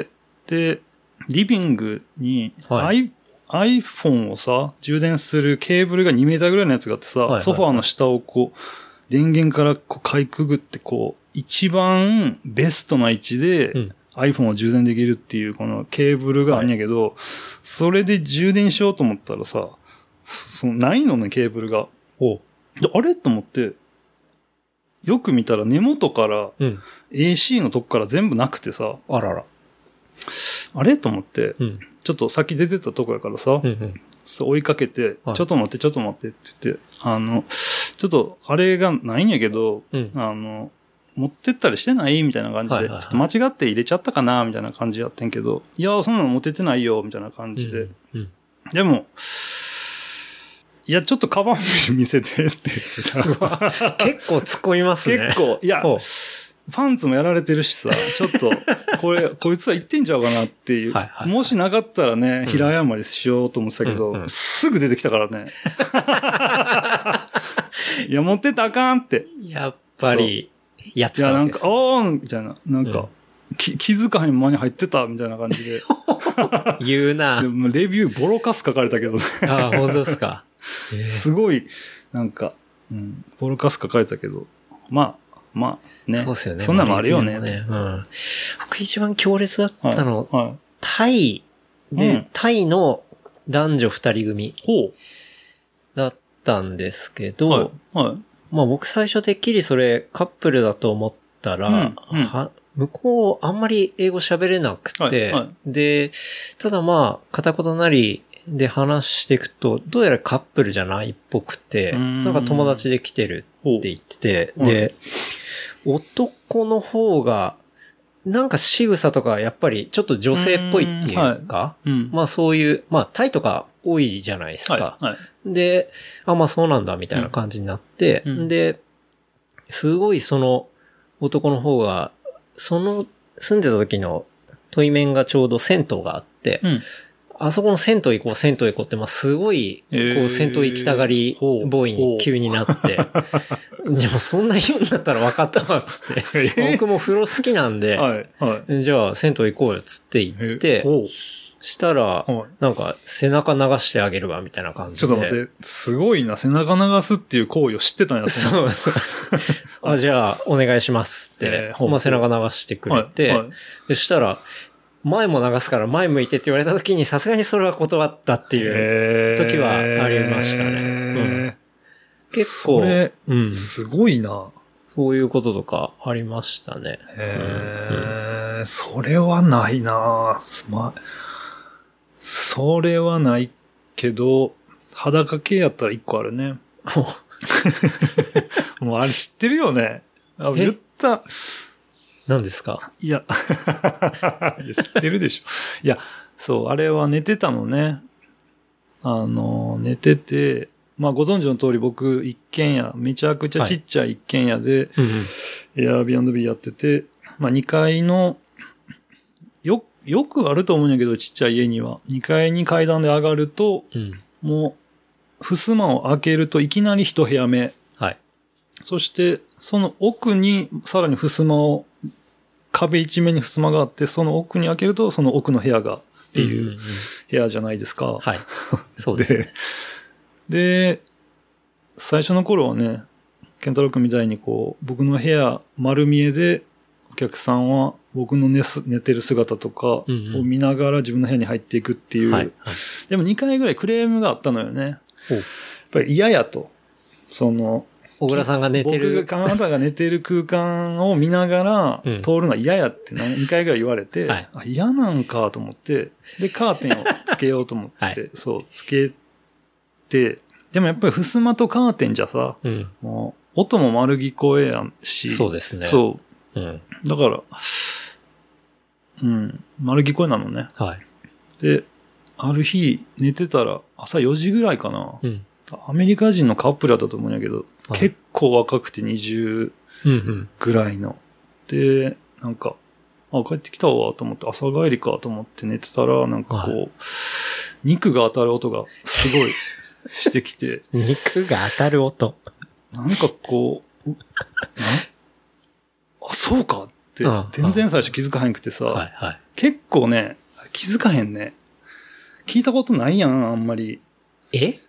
で、リビングに、はい、iPhone をさ、充電するケーブルがにメーターぐらいのやつがあってさ、はいはいはい、ソファーの下をこう、電源からこうかいくぐってこう、一番ベストな位置で、うん、iPhone を充電できるっていうこのケーブルがあるんやけど、はい、それで充電しようと思ったらさ、そのないのね、ケーブルが。おであれと思って、よく見たら根元から、エーシー のとこから全部なくてさ、 うん、あらら。 あれと思って、うん、ちょっと先出てたとこやからさ、うんうん、追いかけて、はい、ちょっと待って、ちょっと待ってって言って、あの、ちょっとあれがないんやけど、うん、あの、持ってったりしてないみたいな感じで、はいはいはい、ちょっと間違って入れちゃったかなみたいな感じやってんけど、いや、そんなの持ってってないよみたいな感じで。うんうん、でも、いや、ちょっとカバン見せてって言ってさ。 結構突っ込みますね。 結構、いや、パンツもやられてるしさ、ちょっと、これ、こいつは言ってんちゃうかなっていう。はいはいはい、もしなかったらね、平謝りしようと思ってたけど、うんうん、すぐ出てきたからね。いや、持ってたらあかんって。 やっぱり、やつかんです、ね。いや、なんか、おーんみたいな。なんか、うん、き気づかへん間に入ってたみたいな感じで。 言うな。 でもレビューボロカス書かれたけどね。 ああ、本当ですか。 すごい、なんか、うん、ボロカス書かれたけど、まあ、まあね。 そうですよね。 そんなのあるよね。 ねうん、僕一番強烈だったの、はいはい、タイで、うん、タイの男女二人組だったんですけど、はいはい、まあ僕最初てっきりそれカップルだと思ったら、うんうん、は向こうあんまり英語喋れなくて、はいはい、で、ただまあ片言なりで話していくと、どうやらカップルじゃないっぽくて、んなんか友達で来てるって言ってて、で、男の方が、なんか仕草とかやっぱりちょっと女性っぽいっていうか、はいうん、まあそういう、まあタイとか多いじゃないですか。はいはい、で、あ、まあそうなんだみたいな感じになって、うん、で、すごいその男の方が、その住んでた時の対面がちょうど銭湯があって、うんあそこの銭湯行こう、銭湯行こうって、まあ、すごい、こう、銭湯行きたがり、ボーイに急になって、でもそんな言うんだったら分かったわ、つって。僕も風呂好きなんで、はいはい、じゃあ、銭湯行こうよ、つって言って、したら、なんか、背中流してあげるわ、みたいな感じで。 ちょっと待って、すごいな、背中流すっていう行為を知ってたんやつそうそうそう。あ、じゃあ、お願いしますって、えー、まあ、背中流してくれて、はいはい、でしたら、 前も流すから前向いてって言われた時にさすがにそれは断ったっていう時はありましたね。うん、結構、それ、 うん、すごいな。 そういうこととかありましたね。 へー、うん、それはないな。まあ、それはないけど、裸系やったら一個あるね。もうあれ知ってるよね。あ、言った。 何ですか？ いや、いや知ってるでしょ。いや、そう、あれは寝てたのね。あの、寝てて、まあご存知の通り僕一軒家、めちゃくちゃちっちゃい一軒家で、はい、Airbnb やってて、まあにかいの、よ、よくあると思うんやけど、ちっちゃい家には。にかいに階段で上がると、うん、もう、襖を開けるといきなり一部屋目。 はい。 そして、その奥にさらに襖を、壁一面に襖があって、その奥に開けるとその奥の部屋がっていう部屋じゃないですか。うんうんうん、 はい。そうですね。 で、で、最初の頃はね、健太郎くんみたいにこう、僕の部屋丸見えで、お客さんは僕の 寝, す寝てる姿とかを見ながら自分の部屋に入っていくっていう。うんうんはいはい、でもにかいぐらいクレームがあったのよね。やっぱり嫌やと。その、 小倉さんが寝てる。 僕が、あなたが寝てる空間を見ながら通るのは嫌やってにかいぐらい言われて、はい、あ嫌なんかと思って、で、カーテンをつけようと思って、はい、そう、つけて、でもやっぱり襖とカーテンじゃさ、うん、もう音も丸聞こえやんし、 そうですね。 そう。うん、だから、うん、丸聞こえなのね。 はい。 で、ある日寝てたら朝よじぐらいかな。うんアメリカ人のカップルだったと思うんやけど、はい、結構若くてにじゅうぐらいの。うんうん、で、なんか、あ、帰ってきたわと思って、朝帰りかと思って寝てたら、なんかこう、はい、肉が当たる音がすごいしてきて。 肉が当たる音なんかこう、あ、そうかって、全然最初気づかへんくてさ、 はいはい、 結構ね、気づかへんね。聞いたことないやん、あんまり。 え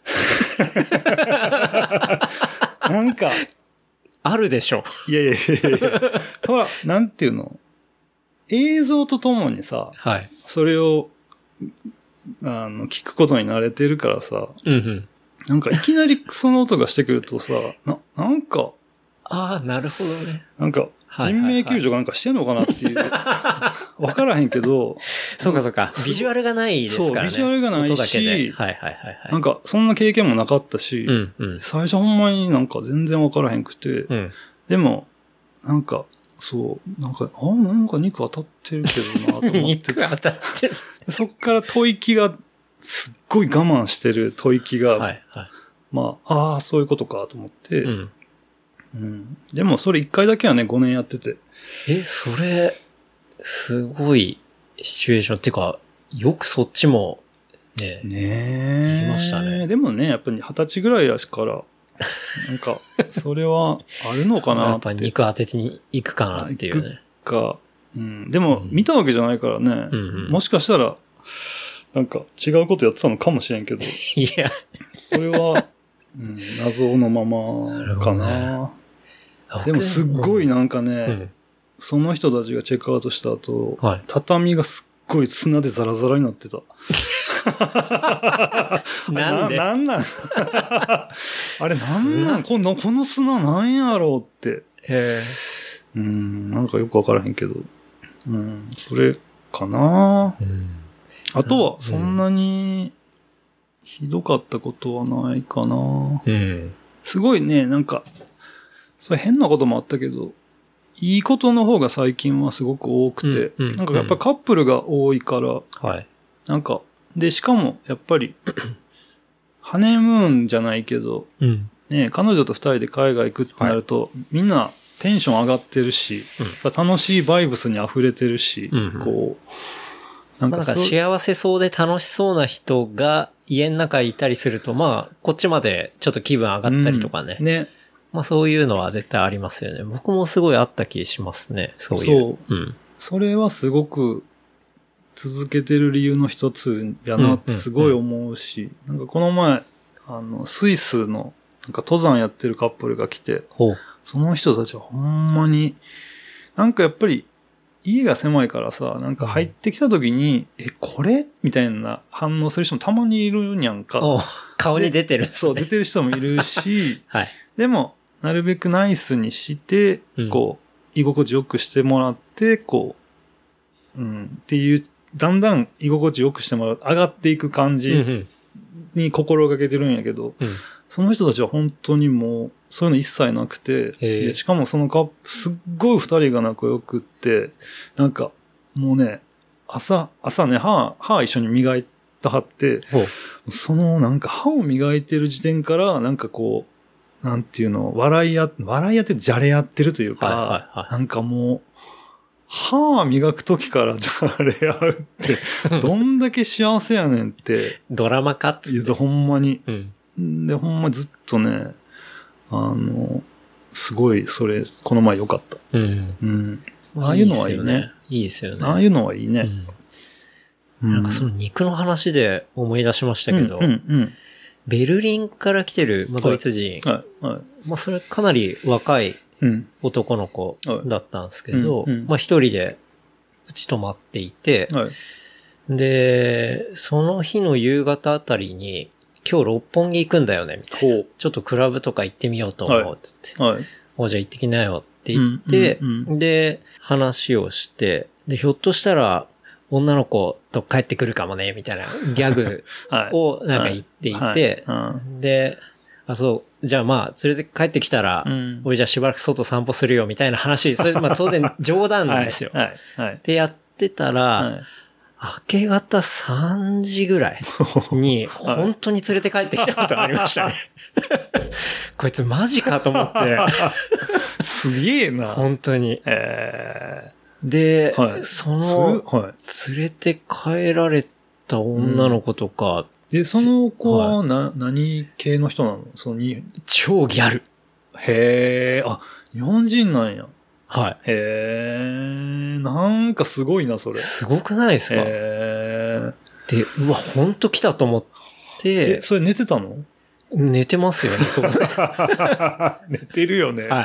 なんか。 あるでしょ。 いやいやいやいや。ほら、なんていうの映像とともにさ、 はい、 それを、あの、聞くことに慣れてるからさ、 うんうん、 なんかいきなりその音がしてくるとさ、な、なんか、 ああ、なるほどね。 なんか、人命救助がなんかしてんのかなっていう。わからへんけど。 そうかそうか。ビジュアルがないですからね。 そう、ビジュアルがないし。 音だけで。はいはいはい、はい。 なんか、そんな経験もなかったし。 うんうん、 最初ほんまになんか全然わからへんくて。 うん、 でも、なんか、そう、なんか、あ、なんか肉当たってるけどなと思って。 肉当たってる。 そっから吐息が、すっごい我慢してる吐息が。 はいはい、 まあ、ああ、そういうことかと思って。 うんうん、でもそれ一回だけはね、ごねんやってて。 え、それ、すごいシチュエーションっていうか、よくそっちも、ね、 ねえ。 言いましたね。 でもね、やっぱり二十歳ぐらいやしから、なんか、それはあるのかなって。 やっぱ肉当てに行くかなっていうね。 行くか。うん。でも、見たわけじゃないからね。 うんうん、 もしかしたら、なんか違うことやってたのかもしれんけど。 いや。 それは、うん、謎のままかな。でもすっごいなんかね、うん、その人たちがチェックアウトした後、はい、畳がすっごい砂でザラザラになってた。 なんでな、なんなんあれなんなんこの、この砂なんやろうって。 へうん、なんかよくわからへんけど。うん、それかな、 うん、 あとは、そんなにひどかったことはないかな、 うん、 すごいね、なんか、それ変なこともあったけど、いいことの方が最近はすごく多くて、 うんうん、 なんかやっぱカップルが多いから、 はい、 なんか、で、しかもやっぱり、ハネムーンじゃないけど、 うん、 ね、彼女と二人で海外行くってなると、はい、みんなテンション上がってるし、うん、楽しいバイブスに溢れてるし、 うん、 こう、なんか、なんか幸せそうで楽しそうな人が家の中にいたりすると、まあ、こっちまでちょっと気分上がったりとかね。 うん、ね。 まあそういうのは絶対ありますよね。僕もすごいあった気しますね。そういう。 そう。うん。それはすごく続けてる理由の一つやなってすごい思うし、うんうんうん、なんかこの前、あの、スイスのなんか登山やってるカップルが来て、 ほう。 その人たちはほんまに、なんかやっぱり家が狭いからさ、なんか入ってきた時に、うん、え、これみたいな反応する人もたまにいるんやんか。 お顔に出てるんですね。 そう、出てる人もいるし、 はい。 でも、なるべくナイスにして、こう、居心地よくしてもらって、こう、うん、っていう、だんだん居心地よくしてもらう、上がっていく感じに心がけてるんやけど、うんうん、その人たちは本当にもう、そういうの一切なくて、でしかもそのカップ、すっごい二人が仲良くって、なんか、もうね、朝、朝ね、歯、歯一緒に磨いたはって、そのなんか歯を磨いてる時点から、なんかこう、なんていうの、笑いや、笑いやってじゃれやってるというか、はいはいはい、なんかもう、歯磨くときからじゃれ合うって、どんだけ幸せやねんって。 ドラマかっつって。 いや、ほんまに。うん、で、ほんまずっとね、あの、すごい、それ、この前良かった。うん。うん。ああいうのはいいね。 いいですよね。 ああいうのはいいね。 うん、なんかその肉の話で思い出しましたけど、うんうんうん、ベルリンから来てる、まあ、ドイツ人、はいはいはい、まあそれかなり若い男の子だったんですけど、うんうん、まあ一人でうち泊まっていて、はい、で、その日の夕方あたりに、今日六本木行くんだよね、みたいな。ちょっとクラブとか行ってみようと思う、つって。はい。おじゃあ行ってきなよって言って、うんうんうん、で、話をして、で、ひょっとしたら、女の子と帰ってくるかもね、みたいなギャグをなんか言っていて、はいはい、で、あ、そう、じゃあまあ、連れて帰ってきたら、うん、俺じゃあしばらく外散歩するよ、みたいな話、それ、まあ当然冗談なんですよ。はい。はい。で、やってたら、はい明け方さんじぐらいに本当に連れて帰ってきたことがありましたね。こいつマジかと思って。 すげえな。 本当に。えー、で、はい、その、はい、連れて帰られた女の子とか。 うん、で、その子はな、はい、何系の人なのそのに超ギャル。 へえ、あ、日本人なんや。 はい。 へー、なんかすごいな、それ。 すごくないですかへー。で、うわ、ほんと来たと思って。 え、それ寝てたの寝てますよね、当然。 寝てるよね。はい。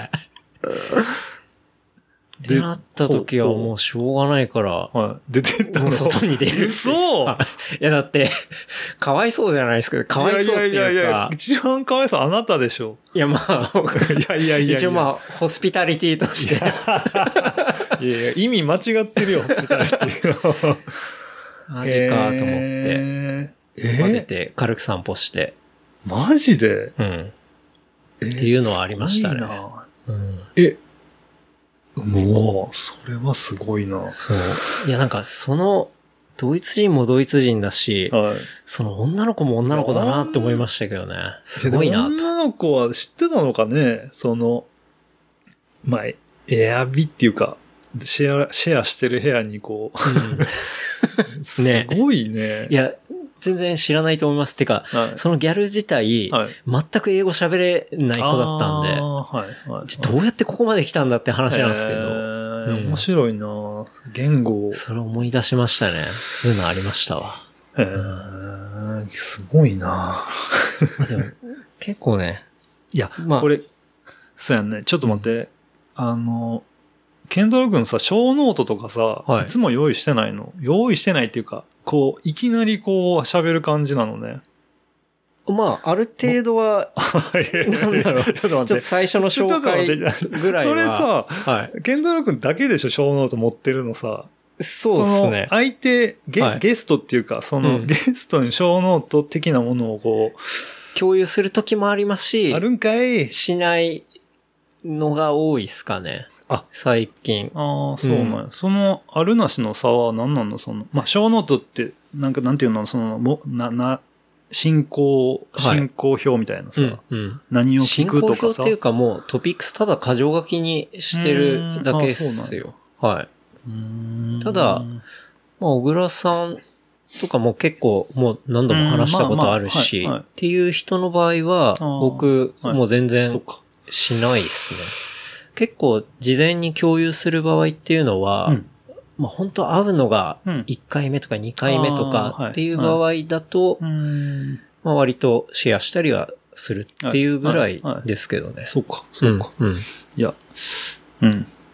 で、なった時はもうしょうがないから、 はい。出てったの外に出る。 嘘いや、だって、かわいそうじゃないですか。かわいそうっていうか。いやいやいや、 一番かわいそうあなたでしょ。 いや、まあ、 いやいやいや。 一応まあ、ホスピタリティとして。 いやいや、意味間違ってるよ、ホスピタリティ。 マジかと思って。えー、出て、軽く散歩して。 マジでうん。っていうのはありましたね。 うん、えもう、それはすごいな。 そう。いや、なんか、その、ドイツ人もドイツ人だし、はい、その女の子も女の子だなって思いましたけどね。すごいなと。 女の子は知ってたのかねその、まあ、エアビっていうか、シェア、シェアしてる部屋にこう、うん、すごいね。 いや、全然知らないと思います。てか、はい、そのギャル自体、はい、全く英語喋れない子だったんで、はいはい、どうやってここまで来たんだって話なんですけど。 うん、面白いな言語。 それ思い出しましたね。そういうのありましたわ。 へー、すごいなでも結構ね。 いや、まあ、これ、そうやんね。ちょっと待って。うん、あの、ケンドラ君さ、小ノートとかさ、はい、いつも用意してないの用意してないっていうか、こう、いきなりこう、喋る感じなのね。 まあ、ある程度は、なんだろう。ちょっと待って。ちょっと最初の紹介ぐらいは。 それさ、はい、ケンドラ君だけでしょ、小ノート持ってるのさ。 そうですね。 相手ゲ、はい、ゲストっていうか、その、うん、ゲストに小ノート的なものをこう、 共有するときもありますし、 あるんかいしないのが多いっすかね。あ、最近。 ああ、そうなんや、うん。その、あるなしの差は何なのその、まあ、小ノートって、なんか、なんていうのその、も、な、な、進行、進行表みたいなさ、はいうんうん、何を聞くとかさ。進行表っていうかもうトピックスただ箇条書きにしてるだけですよ。はい。ただ、まあ、小倉さんとかも結構もう何度も話したことあるし、まあまあはいはい、っていう人の場合は、僕、もう全然しないですね。結構事前に共有する場合っていうのは、うんまあ本当会うのがいっかいめとかにかいめとかっていう場合だと、まあ割とシェアしたりはするっていうぐらいですけどね。 そうか、そうか。いや、うん。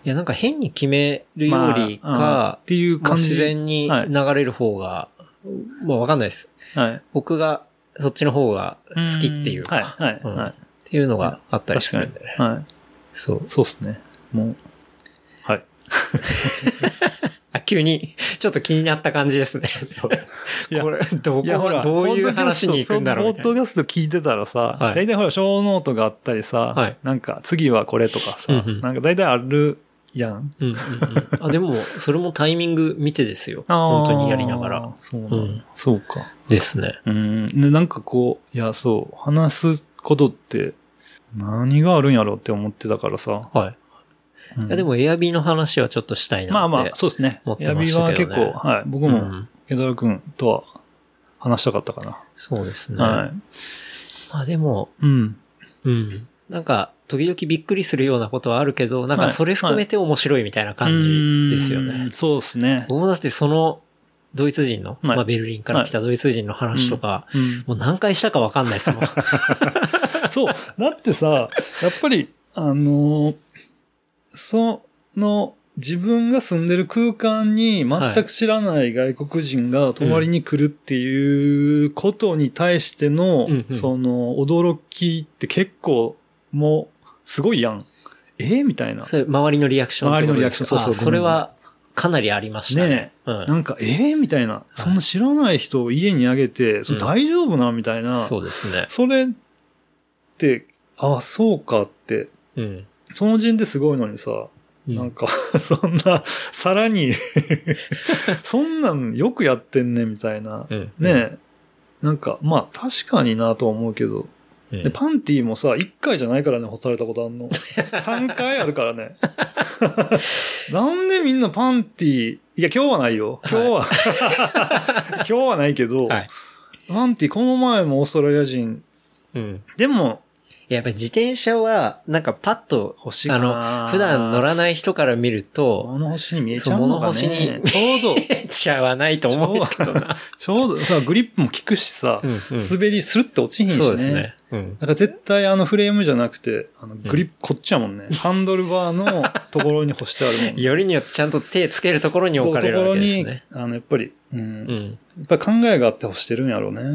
いや、なんか変に決めるよりか、 まあ、っていう感じ、 自然に流れる方が、はい、もうわかんないです。はい。僕がそっちの方が好きっていうか、はい、はい、うんはい。っていうのがあったりするんでね。はい。そう。 そうですね。もう。はい。 あ、急に、ちょっと気になった感じですね。これ、どこが、どういう話に行くんだろうみたいな。 ポッドキャスト聞いてたらさ、はい、大体ほら、小ノートがあったりさ、はい、なんか、次はこれとかさ、うんうん、なんか大体あるやん。うんうんうん、 あでも、それもタイミング見てですよ。本当にやりながら。 そうなん、うん、そうか。 ですね。 うん。で、なんかこう、いや、そう、話すことって、何があるんやろって思ってたからさ。はい。 うん、いやでもエアビーの話はちょっとしたいなって。 まあまあ、そうですね。エアビーは結構、はい。僕も、ケンタロウ君とは話したかったかな。 そうですね。はい。まあでも、うん。うん。なんか、時々びっくりするようなことはあるけど、なんかそれ含めて面白いみたいな感じですよね。はいはい、 そうですね。 僕もだってその、ドイツ人の、はい、まあベルリンから来たドイツ人の話とか、はいうんうん、もう何回したかわかんないですもん。 そう。だってさ、やっぱり、あのー、その、自分が住んでる空間に全く知らない外国人が泊まりに来るっていうことに対しての、うんうん、その、驚きって結構、もう、すごいやん。えー、みたいな。 それ、周りのリアクション。 周りのリアクション、そうそう。 それは、かなりありましたね。ねえ、うん、なんか、えー、みたいな。そんな知らない人を家にあげて、はい、それ大丈夫なみたいな、 うん。そうですね。 それって、あ、そうかって、うん、その時点ですごいのにさ、うん、なんか、そんな、さらに、そんなんよくやってんねみたいな。うん、ねえ。なんか、まあ確かになとは思うけど、うん、でパンティもさ、いっかいじゃないからね、干されたことあんの。さんかいあるからね。なんでみんなパンティ、いや今日はないよ。今日は、はい、今日はないけど、はい、パンティこの前もオーストラリア人、うん、でも、 やっぱり自転車は、なんかパッと、星あの、普段乗らない人から見ると、 物干しに見えちゃうのかね。物干しに、 ちょうど。見えちゃわないと思うけどな。 ちょうど、さ、グリップも効くしさ、うんうん、滑りスルッと落ちひんしね。そうですね。うん。だから絶対あのフレームじゃなくて、あのグリップ、こっちやもんね。ハンドルバーのところに干してあるもん、ね。 よりによってちゃんと手つけるところに置かれるわけですね。そう、ところに、 あの、やっぱり、うん。うん、やっぱり考えがあって干してるんやろうね。うん。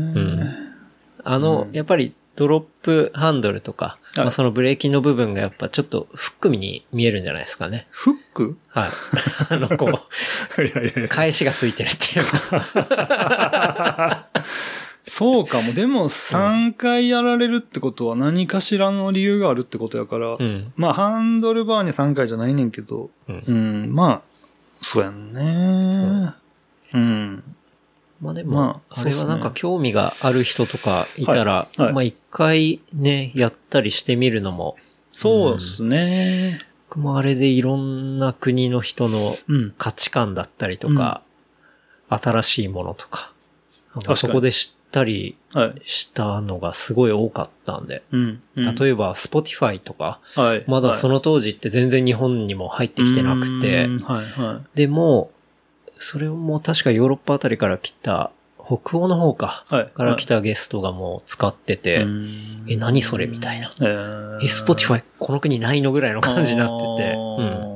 あの、うん、やっぱり、ドロップハンドルとか、はい、まあ、そのブレーキの部分がやっぱちょっとフックに見えるんじゃないですかね。 フック？ はい。あの、こう、いやいやいや返しがついてるっていうか。 そうかも。でもさんかいやられるってことは何かしらの理由があるってことやから、うん、まあハンドルバーにさんかいじゃないねんけど、うん、うん、まあ、そうやんね。そう。うん。 まあでも、まあ、あれはなんか興味がある人とかいたら、はいはい、まあ一回ね、やったりしてみるのも。 そうですね。 僕もあれでいろんな国の人の価値観だったりとか、うん、新しいものとか、なんかそこで知ったりしたのがすごい多かったんで。はいうん、例えば Spotify とか、はい、まだその当時って全然日本にも入ってきてなくて、はいはい、でも、それも確かヨーロッパあたりから来た、北欧の方か、はい、から来たゲストがもう使ってて、はい、え、何それみたいな。えー、え、Spotify この国ないのぐらいの感じになってて、うん。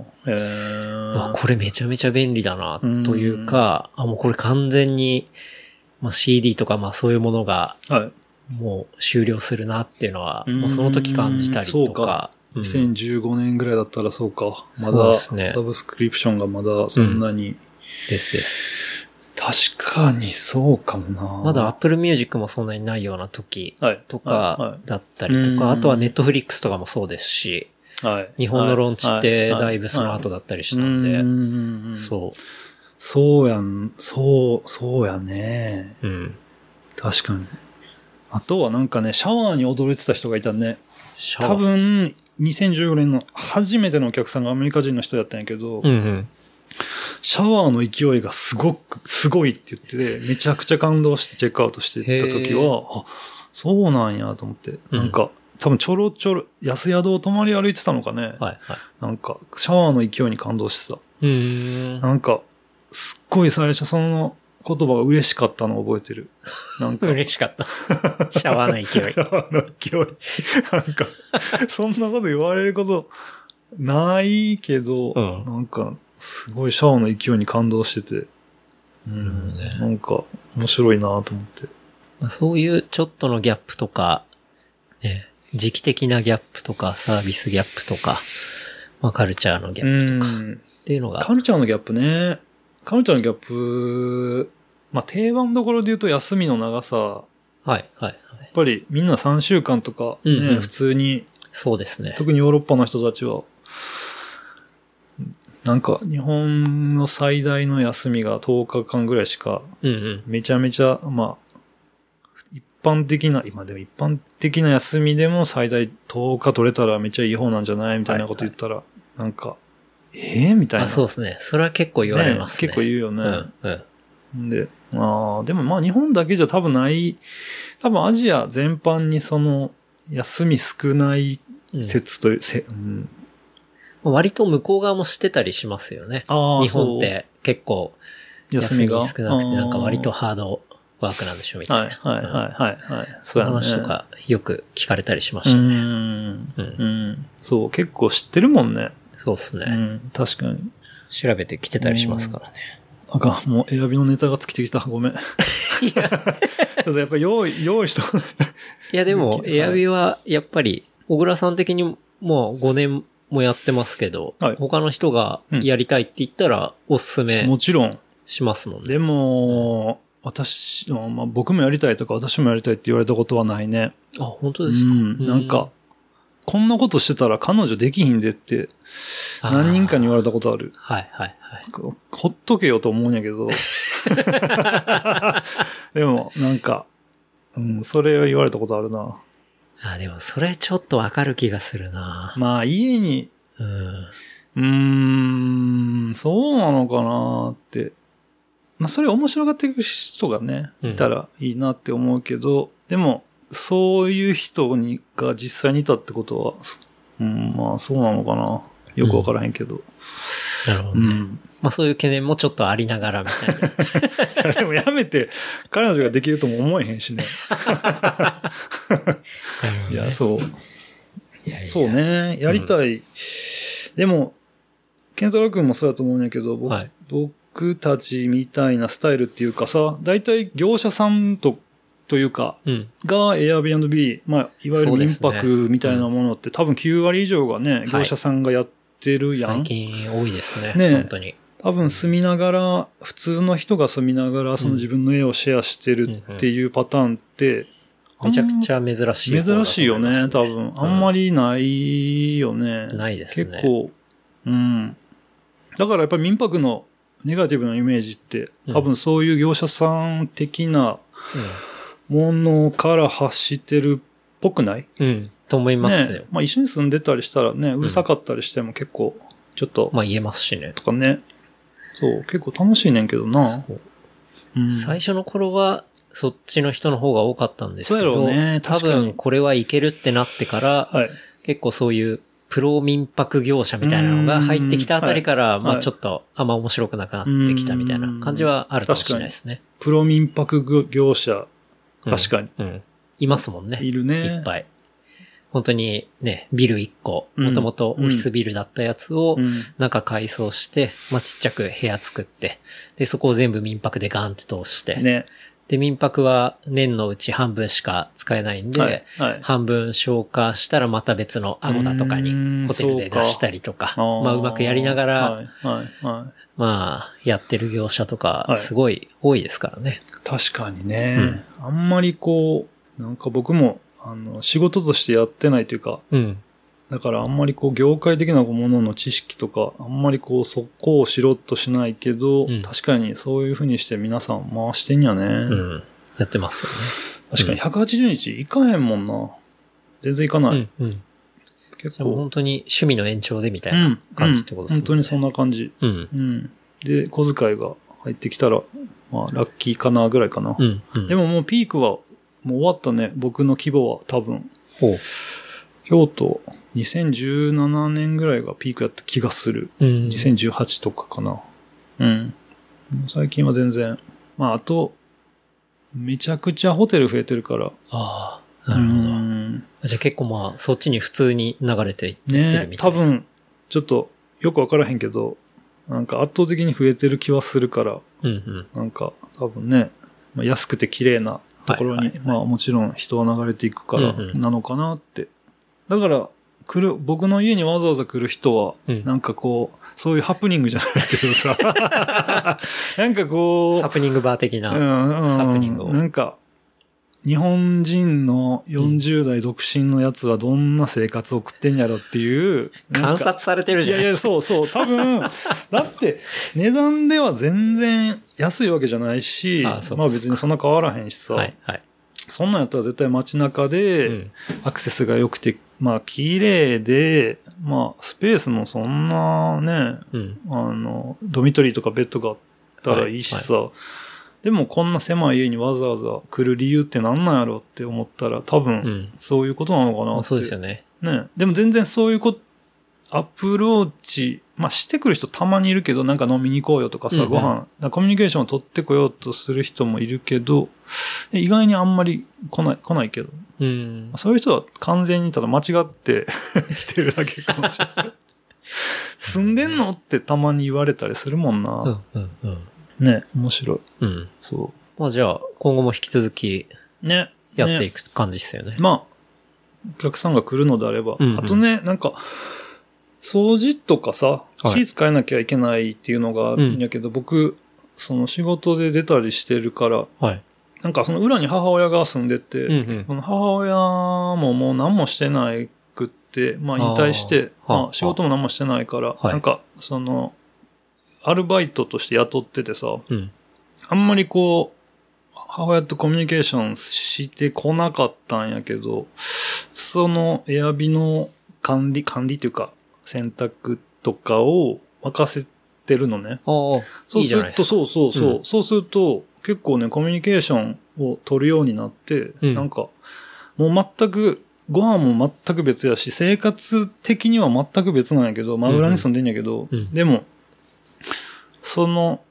えー、これめちゃめちゃ便利だな、というか、あ、もうこれ完全に、まあ、シーディー とかまあそういうものが、もう終了するなっていうのは、もうその時感じたりとか。そうか。 にせんじゅうごねんぐらいだったらそうか。まだ、サブスクリプションがまだそんなに、うんですです。 確かにそうかもな。 まだ Apple Music もそんなにないような時とかだったりとか、はいはいはい、あとは Netflix とかもそうですし、はい、日本のローンチってだいぶその後だったりしたんで、はいはいはい、そう。 そうやん、そう、そうやね。うん。確かに。あとはなんかね、シャワーに踊れてた人がいたね。多分、にせんじゅうごねんの初めてのお客さんがアメリカ人の人やったんやけど、うんうんシャワーの勢いがすごく、すごいって言ってて、めちゃくちゃ感動してチェックアウトしていった時は、あ、そうなんやと思って、うん、なんか、多分ちょろちょろ、安宿を泊まり歩いてたのかね。はいはい、なんか、シャワーの勢いに感動してた。うんなんか、すっごい最初その言葉が嬉しかったのを覚えてる。なんか。 嬉しかったっす。シャワーの勢い。シャワーの勢い。なんか、そんなこと言われること、 ないけど、うん、なんか、すごいシャオの勢いに感動してて、うん、ね、なんか、面白いなと思って。 まあ、そういうちょっとのギャップとか、ね、時期的なギャップとか、サービスギャップとか、まあ、カルチャーのギャップとか、っていうのが。 カルチャーのギャップね。カルチャーのギャップ、まあ、定番どころで言うと休みの長さ。はい、 はい、はい。 やっぱりみんなさんしゅうかんとかね、うんうん、普通に。 そうですね。 特にヨーロッパの人たちは、なんか日本の最大の休みがとおかかんぐらいしか、うんうん、めちゃめちゃ、まあ、一般的な、今でも一般的な休みでも最大とおか取れたらめっちゃいい方なんじゃないみたいなこと言ったら、はいはい、なんか、ええー、みたいな。あ、 そうですね。それは結構言われますね。 ね、結構言うよね。 うんうん、で、ああ、でもまあ日本だけじゃ多分ない、多分アジア全般にその休み少ない説という、うん、せうん、 割と向こう側もしてたりしますよね。あ、日本って結構休みが少なくてなんか割とハードワークなんでしょみたいな。 はいはいはいはい、はい。 そういう話とかよく聞かれたりしましたね。うん、 うんうん。そう、結構知ってるもんね。 そうですね、 うん。確かに。 調べてきてたりしますからね。 なんかもうエアビのネタが尽きてきた。ごめん。いや、ちょっとやっぱ用意、用意しとかない。 いやでも、エアビはやっぱり、小倉さん的にもうごねんもやってますけど、はい、他の人がやりたいって言ったらおすすめ。 もちろん。 しますもんね。 でも、私、まあ、僕もやりたいとか私もやりたいって言われたことはないね。 あ、本当ですか？うん、 なんか、こんなことしてたら彼女できひんでって何人かに言われたことある。 はいはいはい。 ほっとけよと思うんやけど。でもなんか、うん、それを言われたことあるな。 あ、でもそれちょっとわかる気がするな。 まあ家に、うん、うーん、そうなのかなって。まあそれ面白がっていく人がね、いたらいいなって思うけど、うん、でも、そういう人にが実際にいたってことは、うん、まあそうなのかな。よくわからへんけど。うん、 なるほどね。うん、まあそういう懸念もちょっとありながらみたいな。 でもやめて彼女ができるとも思えへんしね。ねいや、そう。いやいやそうね。やりたい。うん、でも、ケンタロウ君もそうだと思うんやけど、僕、はい、僕たちみたいなスタイルっていうかさ、大体業者さんとというか、うん、が Airbnb、まあ、いわゆる民泊みたいなものって、ね、うん、多分きゅうわり以上がね、業者さんがやってるやん。 最近多いですね。 ね、 本当に。 多分住みながら、普通の人が住みながら、その自分の家をシェアしてるっていうパターンって、 うんうん、めちゃくちゃ珍しい、 ね。珍しいよね、多分。あんまりないよね。 うん、ないですね。 結構、うん。だからやっぱり民泊のネガティブなイメージって、多分そういう業者さん的な、うんものから発してるっぽくない？ うん。と思いますよ。 ね、まあ一緒に住んでたりしたらね、うるさかったりしても結構、ちょっと、 うん。まあ言えますしね。 とかね。そう、結構楽しいねんけどな。そう。 うん、最初の頃は、そっちの人の方が多かったんですけど、 そうやろうね。 多分これはいけるってなってから、はい、結構そういうプロ民泊業者みたいなのが入ってきたあたりから、まあちょっとあんま面白くなくなってきたみたいな感じはあるかもしれないですね。 プロ民泊業者、確かに、 うん。うん。いますもんね。 いるね。 いっぱい。本当にね、ビルいっこ、もともとオフィスビルだったやつを中改装して、まあちっちゃく部屋作って、で、そこを全部民泊でガンって通して、ね。で、民泊は年のうち半分しか使えないんで、はいはい、半分消化したらまた別のアゴダとかにホテルで出したりとか、まあうまくやりながら、はいはいはい、まあやってる業者とかすごい多いですからね。 はい、確かにね、うん。あんまりこう、なんか僕もあの仕事としてやってないというか、うん、だからあんまりこう業界的なものの知識とか、あんまりこうそこをしろっとしないけど、うん、確かにそういう風にして皆さん回してんやね。うん。やってますよね。 確かにひゃくはちじゅうにち行かへんもんな。全然行かない。うんうん、 結構。本当に趣味の延長でみたいな感じってことですね、うんうん。 本当にそんな感じ。うん。うん、で、小遣いが入ってきたら、まあラッキーかなぐらいかな。うんうん、でももうピークはもう終わったね。僕の規模は多分。ほう。京都、にせんじゅうななねんぐらいがピークやった気がする。うん、にせんじゅうはちとかかな。うん。最近は全然。まあ、あと、めちゃくちゃホテル増えてるから。 ああ、なるほど。うん、じゃあ結構まあ、そっちに普通に流れていってるみたいな。 ね、多分、 ちょっとよくわからへんけど、なんか圧倒的に増えてる気はするから、 うんうん、 なんか多分ね、まあ、安くて綺麗なところに、はいはいはい、まあもちろん人は流れていくからなのかなって。うんうん、だから来る、僕の家にわざわざ来る人は、うん、なんかこう、そういうハプニングじゃないけどさ、なんかこう、 ハプニングバー的な、 うんうん、 ハプニングを。 なんか、日本人のよんじゅう代独身のやつはどんな生活を送ってんやろっていう。 観察されてるじゃないですか。 いやいや、そうそう。多分、だって値段では全然安いわけじゃないし、ああまあ別にそんな変わらへんしさ。はいはい。そんなんやったら絶対街中でアクセスが良くて、まあ綺麗で、まあスペースもそんなね、うん、あの、ドミトリーとかベッドがあったらいいしさ、はいはい、でもこんな狭い家にわざわざ来る理由って何なんやろって思ったら多分そういうことなのかなって、うん、 そうですよね。 ね。でも全然そういうこと、アプローチ、まあしてくる人たまにいるけど、なんか飲みに行こうよとかさ、うんうん、ご飯、コミュニケーションを取ってこようとする人もいるけど、意外にあんまり来ない、来ないけど。うん、そういう人は完全にただ間違って来てるだけかもしれない。住んでんのってたまに言われたりするもんな。うんうんうん、ね、面白い。うん。そう。 まあじゃあ、今後も引き続き、ね。やっていく感じですよね。ねまあ、お客さんが来るのであれば。うんうん、あとね、なんか、掃除とかさ、火使えなきゃいけないっていうのがあるんやけど、うん、僕、その仕事で出たりしてるから、はい、なんかその裏に母親が住んでて、うんうん、その母親ももう何もしてないくって、まあ引退して、あまあ仕事も何もしてないから、はい、なんかその、アルバイトとして雇っててさ、うん、あんまりこう、母親とコミュニケーションしてこなかったんやけど、そのエアビの管理、管理っていうか、選択とかを任せてるのね。ああ、そうすると、いいそうそうそう、うん、そうすると、結構ね、コミュニケーションを取るようになって、うん、なんか、もう全く、ご飯も全く別やし、生活的には全く別なんやけど、真裏に住んでんやけど、うんうん、でも、その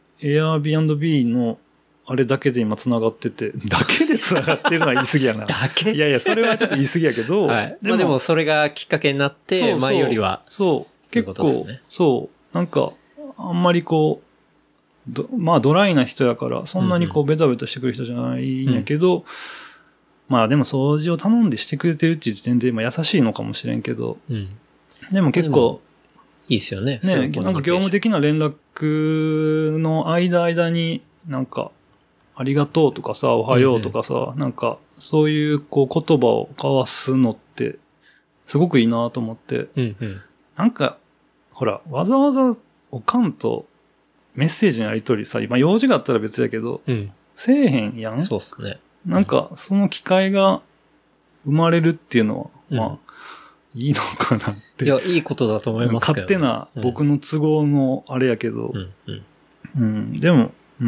Airbnb のあれだけで今繋がってて、だけで繋がってるのは言い過ぎやな。 だけいやいや、それはちょっと言い過ぎやけど、はい、 でも、まあ、でもそれがきっかけになって、そうそう前よりは。 そう、結構、ね、そう、なんか、あんまりこう、まあドライな人やから、そんなにこうベタベタしてくる人じゃないんやけど、うん、まあでも掃除を頼んでしてくれてるっていう時点で、まあ優しいのかもしれんけど、うん、でも結構、 いいっすよね。 ね、なんか業務的な連絡の間間になんか、ありがとうとかさ、おはようとかさ、うんうん、なんか、そういうこう言葉を交わすのって、すごくいいなと思って、うんうん、なんか、ほら、わざわざおかんとメッセージのやり取りさ、今用事があったら別やけど、うん、せえへんやん。 そうっすね。 なんか、その機会が生まれるっていうのは、うん、まあ、いいのかなって。 いや、いいことだと思いますけど、 ね。勝手な僕の都合のあれやけど、うんうんうん、でも、うん、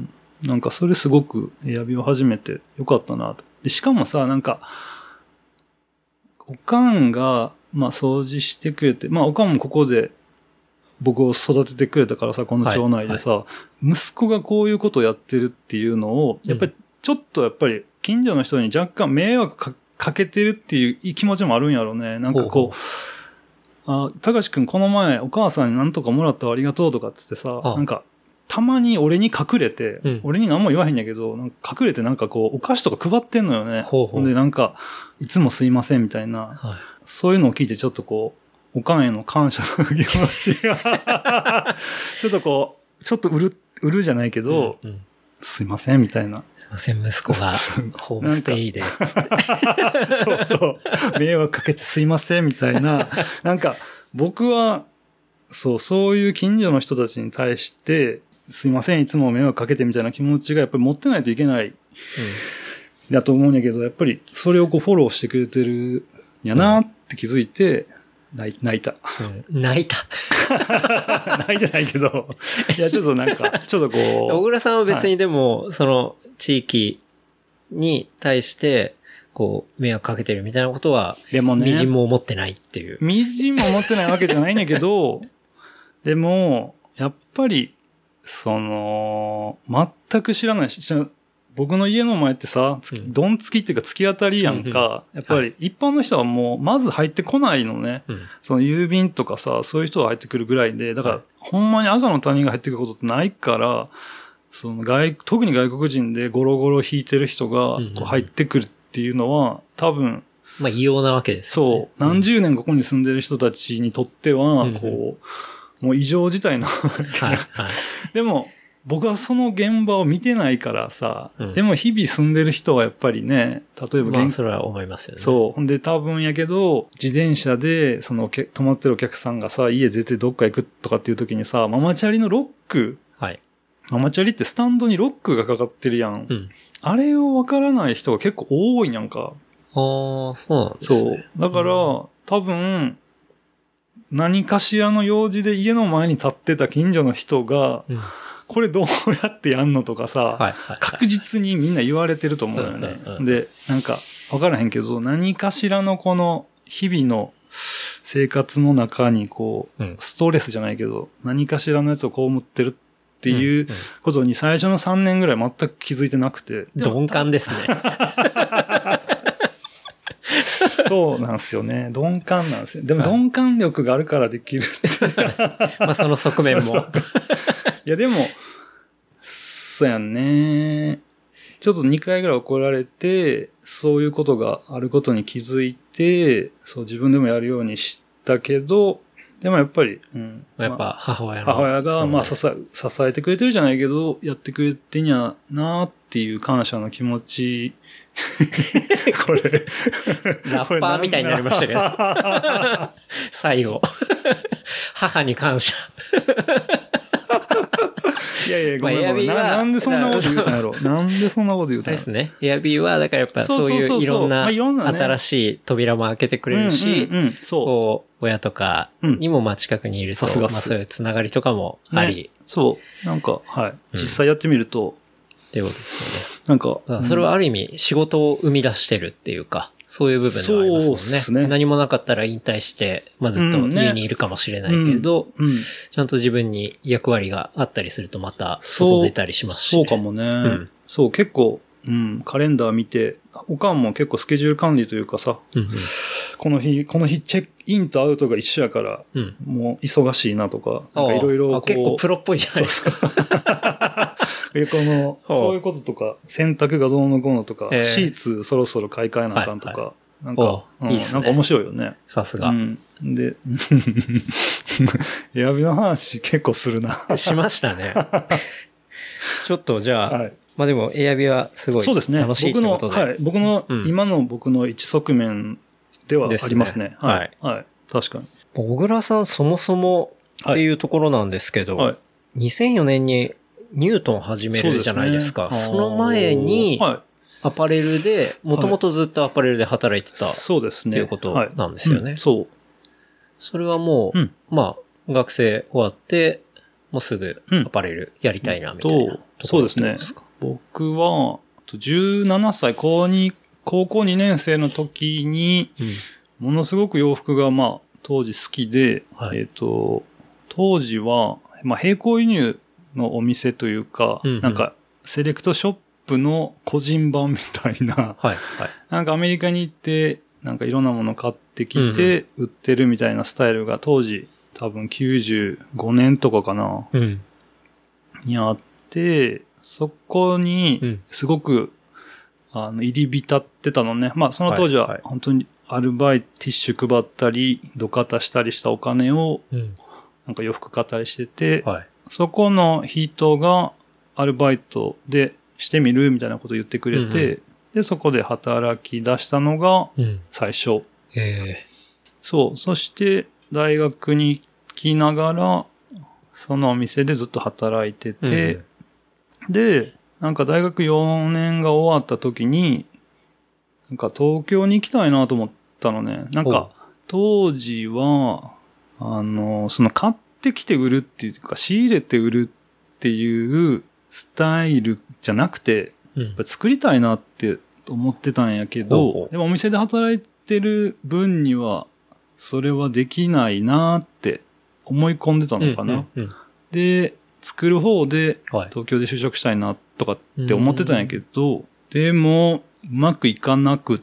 なんかそれすごくエアビを始めてよかったなと。で、しかもさ、なんか、おかんが、まあ掃除してくれて、まあおかんもここで僕を育ててくれたからさ、この町内でさ、はいはい、息子がこういうことをやってるっていうのを、やっぱりちょっとやっぱり近所の人に若干迷惑かかけてるっていう気持ちもあるんやろうね。なんかこう、あ、たかしくんこの前お母さんに何とかもらったわありがとうとかっつってさ、なんか、たまに俺に隠れて、うん、俺に何も言わへんやけど、なんか隠れてなんかこう、お菓子とか配ってんのよね。ほうほうで、なんか、いつもすいませんみたいな、はい、そういうのを聞いてちょっとこう、おかんへの感謝の気持ちが、ちょっとこう、ちょっと売る、売るじゃないけど、うんうん、すいませんみたいな。 すいません、息子がホームステイで。 そうそう。迷惑かけてすいませんみたいな。なんか、僕は、そう、そういう近所の人たちに対して、すいません、いつも迷惑かけてみたいな気持ちがやっぱり持ってないといけない、うん、だと思うんやけど、やっぱりそれをこうフォローしてくれてるんやなって気づいて、泣い、泣いた。 うん、泣いた。 泣いてないけど、いや、ちょっとなんか、ちょっとこう。 小倉さんは別にでも、はい、その地域に対して、こう、迷惑かけてるみたいなことは、でもね、みじんも思ってないっていう。 みじんも思ってないわけじゃないんだけど、でも、やっぱり、その、全く知らないし、 僕の家の前ってさ、ドンつきっていうか突き当たりやんか、やっぱり一般の人はもうまず入ってこないのね。その郵便とかさ、そういう人が入ってくるぐらいで、だからほんまに赤の他人が入ってくることってないから、その外、特に外国人でゴロゴロ引いてる人がこう入ってくるっていうのは、多分、 まあ異様なわけですよね。 そう。何十年ここに住んでる人たちにとっては、こう、もう異常事態な。はいはい、でも、僕はその現場を見てないからさ、うん、でも日々住んでる人はやっぱりね、例えば、 まあそれは思いますよね。 そう。ほんで多分やけど、自転車で、その、泊まってるお客さんがさ、家出てどっか行くとかっていう時にさ、ママチャリのロック。はい。ママチャリってスタンドにロックがかかってるやん。うん。あれをわからない人が結構多いんやんか。 ああ、そうなんですね。そう。 だから、うん、多分、何かしらの用事で家の前に立ってた近所の人が、うん、これどうやってやんのとかさ、はいはいはい、確実にみんな言われてると思うよね。うんうんうん、で、なんか、わからへんけど、何かしらのこの日々の生活の中にこう、うん、ストレスじゃないけど、何かしらのやつを被ってるっていうことに最初のさんねんぐらい全く気づいてなくて。 鈍感ですね。 そうなんですよね。鈍感なんですよ。でも鈍感力があるからできるって。 まあその側面も。 いやでも、そうやんね。ちょっとにかいぐらい怒られて、そういうことがあることに気づいて、そう自分でもやるようにしたけど、でもやっぱり、うん、 やっぱ母親の。 母親が、まあ支え、支えてくれてるじゃないけど、やってくれてんやなっていう感謝の気持ち、これ。 ラッパーみたいになりましたけど。最後。母に感謝。 いやいや、ごめんごめん。な, なんでそんなこと言うたんやろ。なんでそんなこと言うたんやろ。 ですね。エアビーは、だからやっぱそういういろんな新しい扉も開けてくれるし、こう、親とかにもまあ近くにいると、まあそういうつながりとかもあり。 ね、そう。なんか、はい。実際やってみると。 っていうことですよね。 なんか。 それはある意味仕事を生み出してるっていうか、そういう部分ではありますもんね。そうですね。何もなかったら引退して、まあずっと家にいるかもしれないけど、うんねうん、ちゃんと自分に役割があったりするとまた外出たりしますし、 ね、そう。そうかもね。うん、そう、結構、うん、カレンダー見て、おかんも結構スケジュール管理というかさ、うんうん、この日、この日チェックインとアウトが一緒やから、うん、もう忙しいなとか、なんかいろいろ。 結構プロっぽいじゃないですか。そうこのそういうこととか、洗濯がどうのこうのとか、えー、シーツそろそろ買い替えなあかんとか、はいはい、なんか、うん、いいっすね、なんか面白いよね。 さすが。うん、 で、エアビの話結構するな。 しましたね。ちょっとじゃあ、はい、まあでもエアビはすごい楽しいってことで。そうですね。僕の、はい。僕の、うん、今の僕の一側面ではありますね。はい。はい。確かに。 小倉さんそもそもっていうところなんですけど、はいはい、にせんよねんにニュートン始めるじゃないですか。そ, すね、その前に、アパレルで、もともとずっとアパレルで働いてた、はい、そうですね。っていうことなんですよね。はいうん、そう。それはもう、うん、まあ、学生終わって、もうすぐアパレルやりたいな、みたいな、うん、 そうですね。僕は、じゅうななさい、高に、高校にねん生の時に、うん、ものすごく洋服が、まあ、当時好きで、はい、えっと、当時は、まあ、並行輸入のお店というか、うんうん、なんか、セレクトショップの個人版みたいな、はいはい、なんかアメリカに行って、なんかいろんなもの買ってきて、売ってるみたいなスタイルが当時、多分きゅうじゅうごねんとかかな、うん、にあって、そこに、すごく、うん、あの、入り浸ってたのね。まあ、その当時は、本当にアルバイト、ティッシュ配ったり、土方したりしたお金を、なんか洋服買ったりしてて、はい、そこの人がアルバイトでしてみるみたいなことを言ってくれて、うんうん、で、そこで働き出したのが最初。うんえー、そう。そして大学に来ながら、そのお店でずっと働いてて、うんうん、で、なんか大学よねんが終わった時に、なんか東京に行きたいなと思ったのね。なんか当時は、あの、その買ってきて売るっていうか仕入れて売るっていうスタイルじゃなくて、やっぱ作りたいなって思ってたんやけど、うん、でもお店で働いてる分にはそれはできないなって思い込んでたのかな。うんうんうん、で、作る方で東京で就職したいなっとかって思ってたんやけど、でも、うまくいかなくって、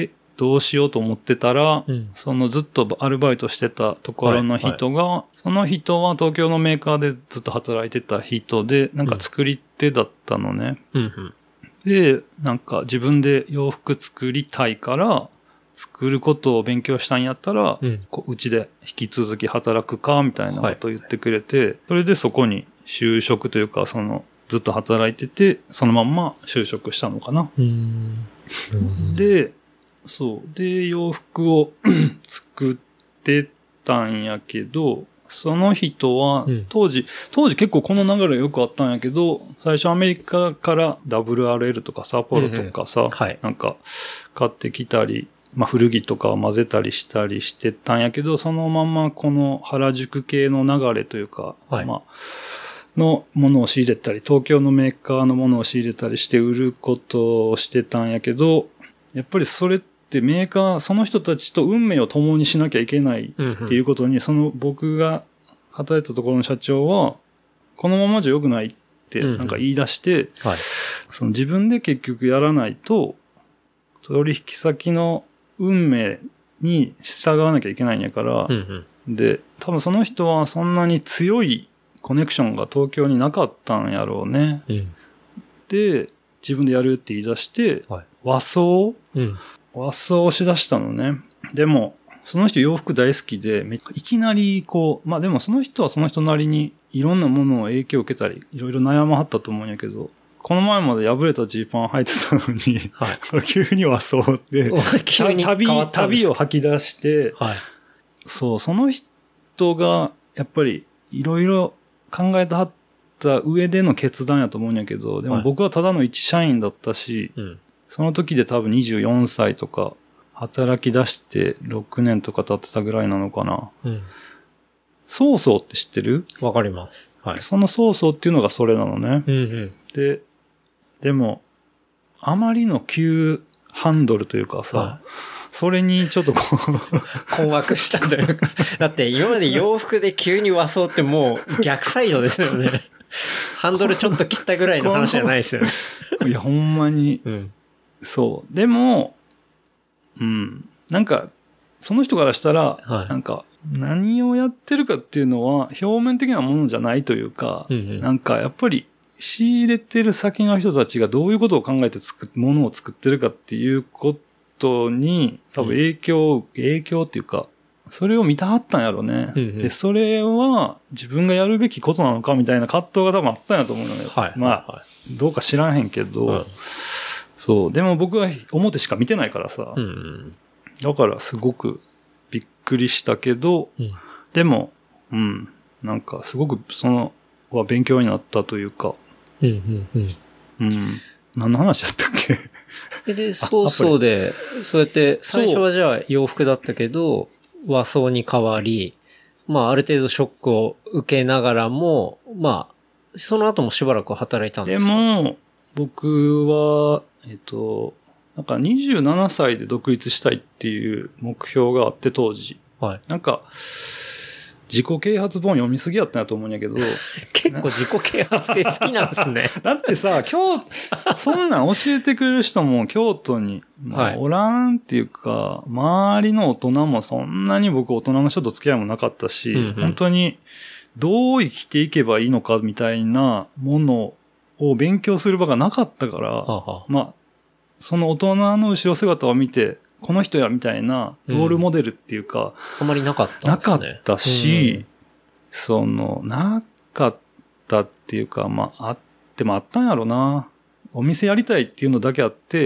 どうしようと思ってたら、うん、そのずっとアルバイトしてたところの人が、はいはい、その人は東京のメーカーでずっと働いてた人で、なんか作り手だったのね。うんうん、で、なんか自分で洋服作りたいから、作ることを勉強したんやったら、うん、こううちで引き続き働くか、みたいなことを言ってくれて、はい、それでそこに就職というか、その、ずっと働いてて、そのまんま就職したのかな。うーんで、そう。で、洋服を作ってたんやけど、その人は、当時、うん、当時結構この流れよくあったんやけど、最初アメリカから ダブリューアールエル とかサポロとかさ、うんうんはい、なんか買ってきたり、まあ古着とかを混ぜたりしたりしてたんやけど、そのままこの原宿系の流れというか、はい、まあ、のものを仕入れたり、東京のメーカーのものを仕入れたりして売ることをしてたんやけど、やっぱりそれってメーカー、その人たちと運命を共にしなきゃいけないっていうことに、うんうん、その僕が働いたところの社長は、このままじゃ良くないってなんか言い出して、うんうんはい、その自分で結局やらないと、取引先の運命に従わなきゃいけないんやから、うんうん、で、多分その人はそんなに強いコネクションが東京になかったんやろうね。うん、で、自分でやるって言い出して、はい、和装、うん、和装をしだしたのね。でも、その人洋服大好きで、いきなりこう、まあでもその人はその人なりにいろんなものを影響を受けたり、いろいろ悩まはったと思うんやけど、この前まで破れたジーパン履いてたのに、はい、急に和装って急に旅、旅を吐き出して、はい、そう、その人がやっぱりいろいろ考えてはった上での決断やと思うんやけど、でも僕はただの一社員だったし、はいうん、その時で多分にじゅうよんさいとか、働き出してろくねんとか経ってたぐらいなのかな。うん。ソーソーって知ってる？ わかります。はい。 そのソーソーっていうのがそれなのね。うんうん。で、でも、あまりの急ハンドルというかさ、はい、それにちょっとこう困惑したというか、だって今まで洋服で急に和装ってもう逆サイドですよね。ハンドルちょっと切ったぐらいの話じゃないですよね。 いや、ほんまに、うん、そう。でも、うん。なんか、その人からしたら、はい、なんか、何をやってるかっていうのは、表面的なものじゃないというか、うんうん、なんか、やっぱり、仕入れてる先の人たちがどういうことを考えて作っ、ものを作ってるかっていうことに、多分影響、うん、影響っていうか、それを見たはったんやろね、うんうん。で、それは自分がやるべきことなのかみたいな葛藤が多分あったんやと思うのね。はい。まあ、はい、どうか知らんへんけど、うんそう。でも僕は表しか見てないからさ。うんうん、だからすごくびっくりしたけど、うん、でも、うん。なんかすごくそのは勉強になったというか。うんうんうん。うん。何の話だったっけで、そうそうで、そうやって最初はじゃあ洋服だったけど、和装に変わり、まあある程度ショックを受けながらも、まあ、その後もしばらく働いたんですか？ でも、僕は、えっと、なんかにじゅうななさいで独立したいっていう目標があって当時。はい。なんか、自己啓発本読みすぎやったんやと思うんやけど。 結構自己啓発系好きなんですね。 だってさ、京都、そんなん教えてくれる人も京都に、まあ、おらんっていうか、はい、周りの大人もそんなに僕大人の人と付き合いもなかったし、うんうん、本当にどう生きていけばいいのかみたいなものを勉強する場がなかったから、はあ、まあ、その大人の後ろ姿を見て、この人やみたいなロールモデルっていうか、 うん、あまりなかったですね。 なかったし、うん、その、なかったっていうか、まあ、あってもあったんやろな。お店やりたいっていうのだけあって、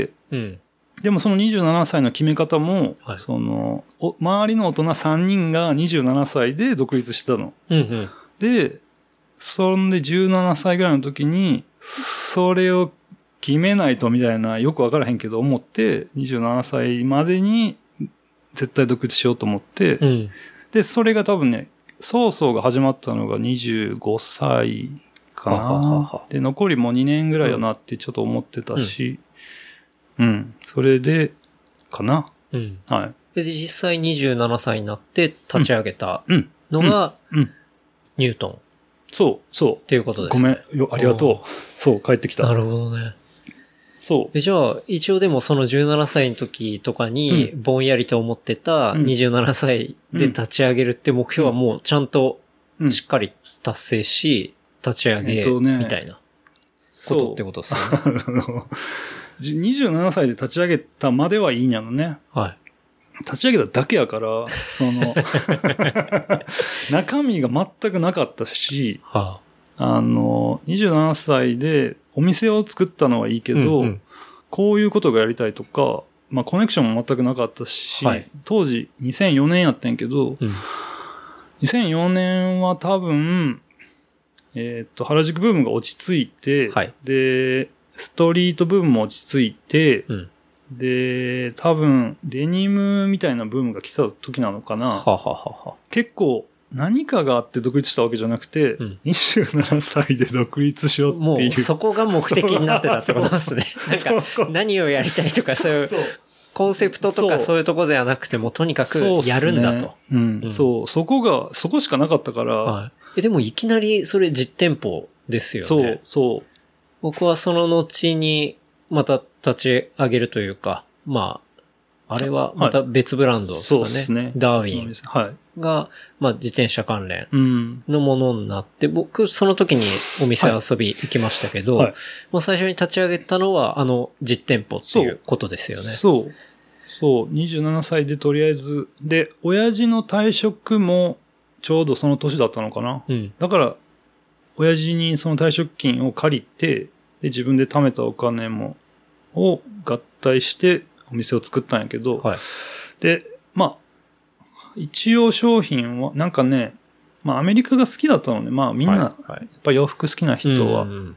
うん、でもそのにじゅうななさいの決め方も、はい、その、周りの大人さんにんがにじゅうななさいで独立したの。うんうん、で、そんでじゅうななさいぐらいの時に、それを決めないとみたいな、よくわからへんけど思って、にじゅうななさいまでに絶対独立しようと思って、うん、で、それが多分ね、ソーソーが始まったのがにじゅうごさいかな。はははで、残りもうにねんぐらいやなってちょっと思ってたし、うん、うん、それで、かな。うん、はい。 で、実際にじゅうななさいになって立ち上げたのが、ニュートン。 そう、そう。 っていうことですね。ごめん、よありがとう。そう、帰ってきた。 なるほどね。 そう。 え、じゃあ、一応でもそのじゅうななさいの時とかに、ぼんやりと思ってたにじゅうななさいで立ち上げるって目標はもうちゃんとしっかり達成し、立ち上げ、みたいなことってことですね。にじゅうななさいで立ち上げたまではいいんやのね。 はい。 立ち上げただけやから、その、中身が全くなかったし、はあ、あの、にじゅうななさいでお店を作ったのはいいけど、うんうん、こういうことがやりたいとか、まあコネクションも全くなかったし、はい、当時にせんよねんやったんやけど、うん、にせんよねんは多分、えっと、原宿ブームが落ち着いて、はい、で、ストリートブームも落ち着いて、うんで、多分、デニムみたいなブームが来た時なのかな。はははは結構、何かがあって独立したわけじゃなくて、うん、にじゅうななさいで独立しようっていう。もう、 そこが目的になってたってことですね。なんか、何をやりたいとか、そういう、コンセプトとかそういうところではなくても、とにかくやるんだと。 う, ね、うん、うん。そう、そこが、そこしかなかったから。はい、 えでも、いきなりそれ実店舗ですよね。 そう、そう。 僕はその後に、また立ち上げるというか、まあ、あれはまた別ブランドですかね。はい、そうですね。ダーウィンが、まあ自転車関連のものになって、うん、僕その時にお店遊び行きましたけど、はいはい、もう最初に立ち上げたのはあの実店舗っていうことですよね。 そう。そう。にじゅうななさいでとりあえず、で、親父の退職もちょうどその年だったのかな。うん、だから、親父にその退職金を借りて、で、自分で貯めたお金も、を合体してお店を作ったんやけど、はい、で、まあ、一応商品は、なんかね、まあアメリカが好きだったのね、まあみんな、やっぱ洋服好きな人は。はいはい、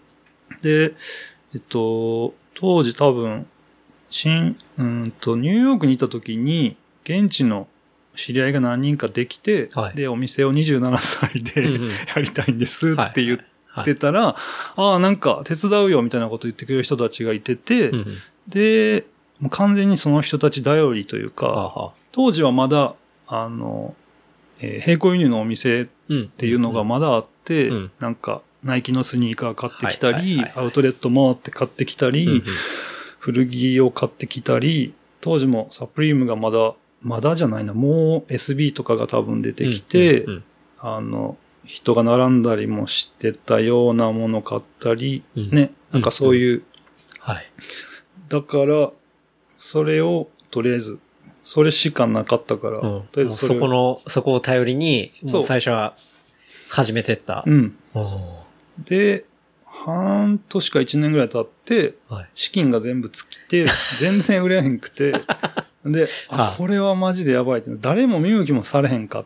で、えっと、当時多分、新、うんと、ニューヨークにいた時に、現地の知り合いが何人かできて、はい、で、お店をにじゅうななさいでやりたいんですって言って、ってたら、はい、ああ、なんか手伝うよみたいなこと言ってくれる人たちがいてて、うん、で、もう完全にその人たち頼りというか、はは当時はまだ、あの、えー、並行輸入のお店っていうのがまだあって、うんうん、なんかナイキのスニーカー買ってきたり、はいはいはいはい、アウトレット回って買ってきたり、うんうん、古着を買ってきたり、当時もサプリームがまだ、まだじゃないな、もう エスビー とかが多分出てきて、うんうんうん、あの、人が並んだりもしてたようなもの買ったり、うん、ね、なんかそういう、うんうん、はい。だから、それを、とりあえず、それしかなかったから、うん、とりあえずそれそこの、そこを頼りに、もう最初は始めてった。 ううん。で、半年か一年ぐらい経って、はい、チキンが全部尽きて、全然売れへんくて、で、あ、これはマジでやばいって、誰も見向きもされへんかって、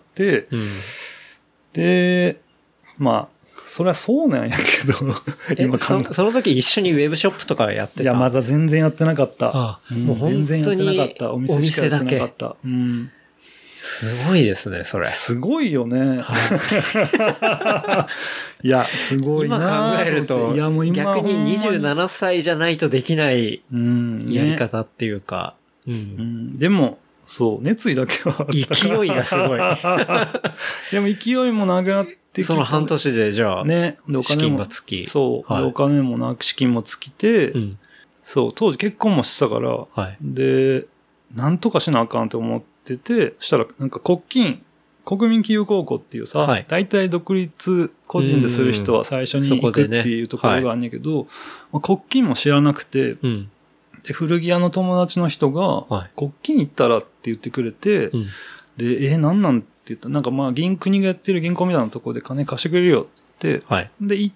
うんで、まあ、それはそうなんやけど、 今そ、その時一緒にウェブショップとかやってた？ いや、まだ全然やってなかった。ああうん、もう本当に全然やってなかった。お店しかやってなかった。うん、 すごいですね、それ。 すごいよね。はい、いや、すごいな。 今考えると、いやもう今逆ににじゅうななさいじゃないとできないやり方っていうか。 うんうん、でも、そう、熱意だけはあった。 勢いがすごい。 でも勢いもなくなってきて。 その半年でじゃあ、ね、でお金も資金がつき。 そう、はい、お金もなく資金もつきて、うん、そう、当時結婚もしてたから、はい、で、なんとかしなあかんって思ってて、そしたらなんか国金、国民企業高校っていうさ、はい、大体独立個人でする人は最初に行くっていうところがあるんやけど、ねはいまあ、国金も知らなくて、うんで、古着屋の友達の人が、はい、国金行ったらって言ってくれて、うん、で、えー、なんなんって言ったら、なんかまあ、銀、国がやってる銀行みたいなところで金貸してくれるよって言って、はい、で、行って、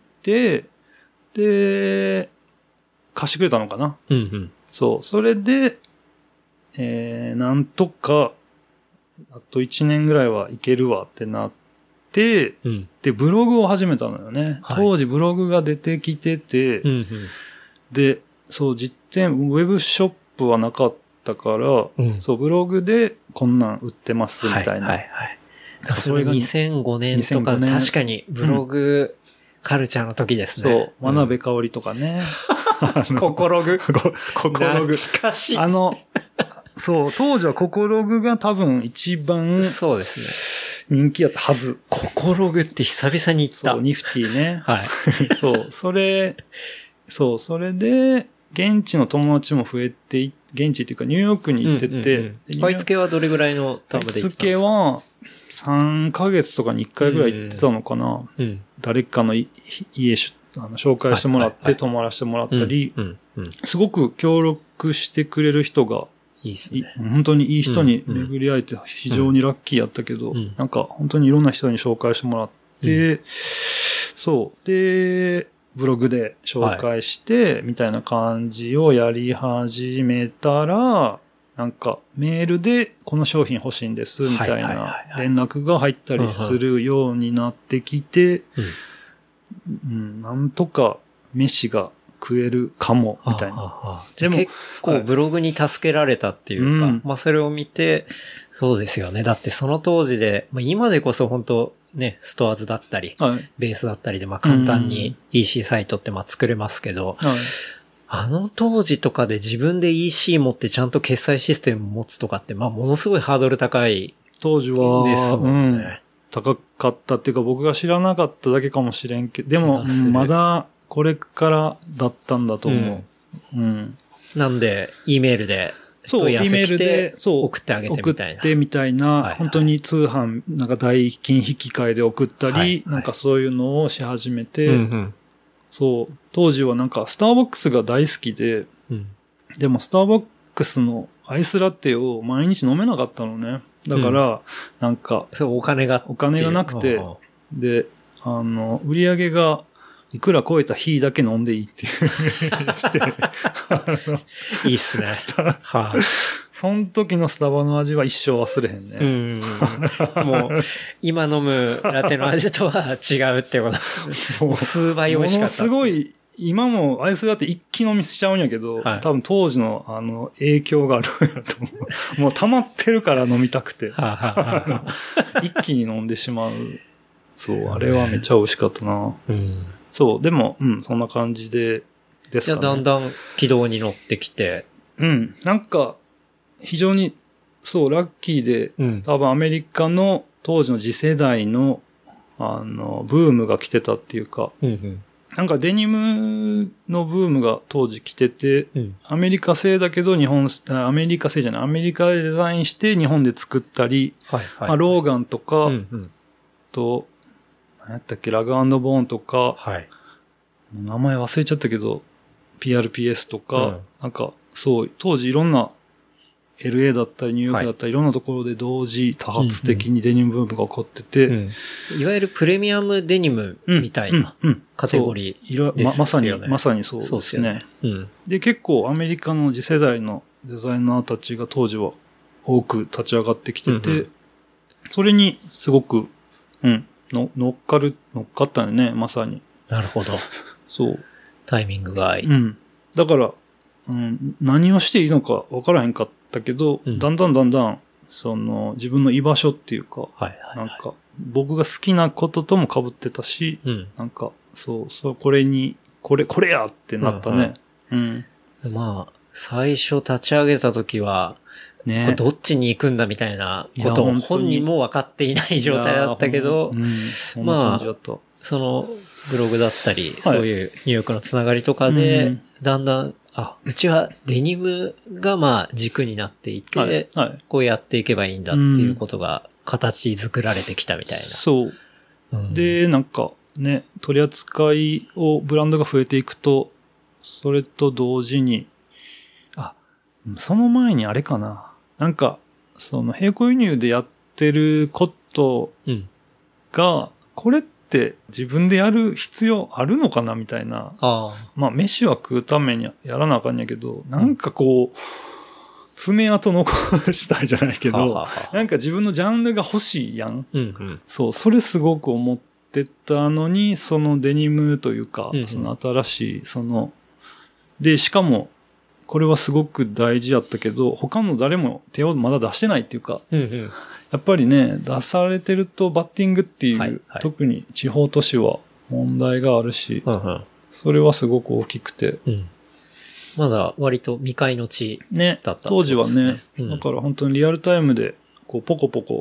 で、貸してくれたのかな、うんうん、そう。それで、えー、なんとか、あといちねんぐらいはいけるわってなって、うん、で、ブログを始めたのよね。はい、当時ブログが出てきてて、うんうん、で、そう、実店、ウェブショップはなかったから、うん、そう、ブログでこんなん売ってますみたいな。はいはいはい。 それがにせんごねんとか、確かにブログカルチャーの時ですね。 そう、真鍋かおりとかね。 ココログココログ。 懐かしい。 あの、そう、当時はココログが多分一番、 そうですね。 人気やったはず。 ココログって久々に言った。 そう、ニフティね。 はい。 そう、それ、そう、それで、現地の友達も増えてい、現地っていうかニューヨークに行ってて、うんうんうん、買い付けはどれぐらいのタームで行ってたんですか？ 買い付けはさんかげつとかにいっかいぐらい行ってたのかな。うんうん、誰かの家あの紹介してもらって泊まらせてもらったり、すごく協力してくれる人がいいっすね。 本当にいい人に巡り会えて非常にラッキーやったけど、うんうん、なんか本当にいろんな人に紹介してもらって、うん、そう。で、ブログで紹介して、みたいな感じをやり始めたら、なんかメールでこの商品欲しいんです、みたいな連絡が入ったりするようになってきて、うん、なんとか飯が食えるかも、みたいな。 でも結構ブログに助けられたっていうか、はい、まあそれを見て、そうですよね。だってその当時で、まあ、今でこそ本当ね、ストアーズだったり、はい、ベースだったりで、まあ簡単に イーシー サイトってまあ作れますけど、はい、あの当時とかで自分で イーシー 持ってちゃんと決済システム持つとかって、まあものすごいハードル高い。 当時は。 ですもんね。 うん高かったっていうか僕が知らなかっただけかもしれんけど、でもまだこれからだったんだと思う。うん。うん、 なんで、E メールで問い合わせ来て送ってあげてみたいな。 送ってみたいな、はいはい、本当に通販、なんか代金引き換えで送ったり、はいはい、なんかそういうのをし始めて、うんうん、そう、当時はなんかスターバックスが大好きで、うん、でもスターバックスのアイスラテを毎日飲めなかったのね。だから、なんか、 そう、お金が。 お金がなくて、で、あの、売り上げがいくら超えた日だけ飲んでいいっていうして。 いいっすね。 はあ、その時のスタバの味は一生忘れへんね。 うん。もう、今飲むラテの味とは違うってことですね。もう数倍美味しかった。 ものすごい、今もアイスラテ一気飲みしちゃうんやけど、はい、多分当時のあの影響があるんやと思う。もう溜まってるから飲みたくて。一気に飲んでしまう。そう、あれはめっちゃ美味しかったな。うん、そう、でも、うん、そんな感じで、ですかね。 じゃあだんだん軌道に乗ってきて。 うん、なんか、非常に、そう、ラッキーで、うん、多分アメリカの当時の次世代の、あの、ブームが来てたっていうか、うんうんなんかデニムのブームが当時来てて、うん、アメリカ製だけど日本、アメリカ製じゃない、アメリカでデザインして日本で作ったり、はいはいはいまあ、ローガンとか、うんうん、と、何やったっけ、ラグ&ボーンとか、はい、名前忘れちゃったけど、ピーアールピーエス とか、うん、なんかそう、当時いろんな エルエー だったりニューヨークだったり、はい、いろんなところで同時多発的にデニムブームが起こってて、うんうん、いわゆるプレミアムデニムみたいなカテゴリーですよね。 ま, まさに、まさにそうですね。そうですね、うん。で、結構アメリカの次世代のデザイナーたちが当時は多く立ち上がってきてて、うんうん、それにすごく、うん、の乗っかる、乗っかったよね、まさに。 なるほど。 そう。 タイミングが合い。 うん。だから、うん、何をしていいのか分からへんかったけど、うん、だんだんだんだん、その、自分の居場所っていうか、はいはいはい、なんか、僕が好きなこととも被ってたし、うん、なんか、そう、そう、これに、これ、これやってなったね。うんうん、まあ、最初立ち上げた時は、ね、これどっちに行くんだみたいなことを本人も分かっていない状態だったけど、うん、そんな感じだった。まあ、その、ブログだったり、はい、そういうニューヨークのつながりとかで、うん、だんだん、あ、うちはデニムがまあ軸になっていて、はいはい、こうやっていけばいいんだっていうことが形作られてきたみたいな。 そう。うん、で、なんかね、取り扱いをブランドが増えていくと、それと同時に、あ、その前にあれかな。なんか、その並行輸入でやってることが、うん、これってって自分でやる必要あるのかなみたいな。ああまあ、飯は食うためにやらなあかんやけど、なんかこう、爪痕残したいじゃないけど、はははなんか自分のジャンルが欲しいやん。うんうん、そう、それすごく思ってたのに、そのデニムというか、うんうん、その新しい、その、で、しかも、これはすごく大事やったけど、他の誰も手をまだ出してないっていうか、うんうんやっぱりね、出されてるとバッティングっていう、はいはい、特に地方都市は問題があるし、うんうん、それはすごく大きくて。うん、 まだ割と未開の地だった、 ね。当時はね、うん、だから本当にリアルタイムで、こう、ポコポコ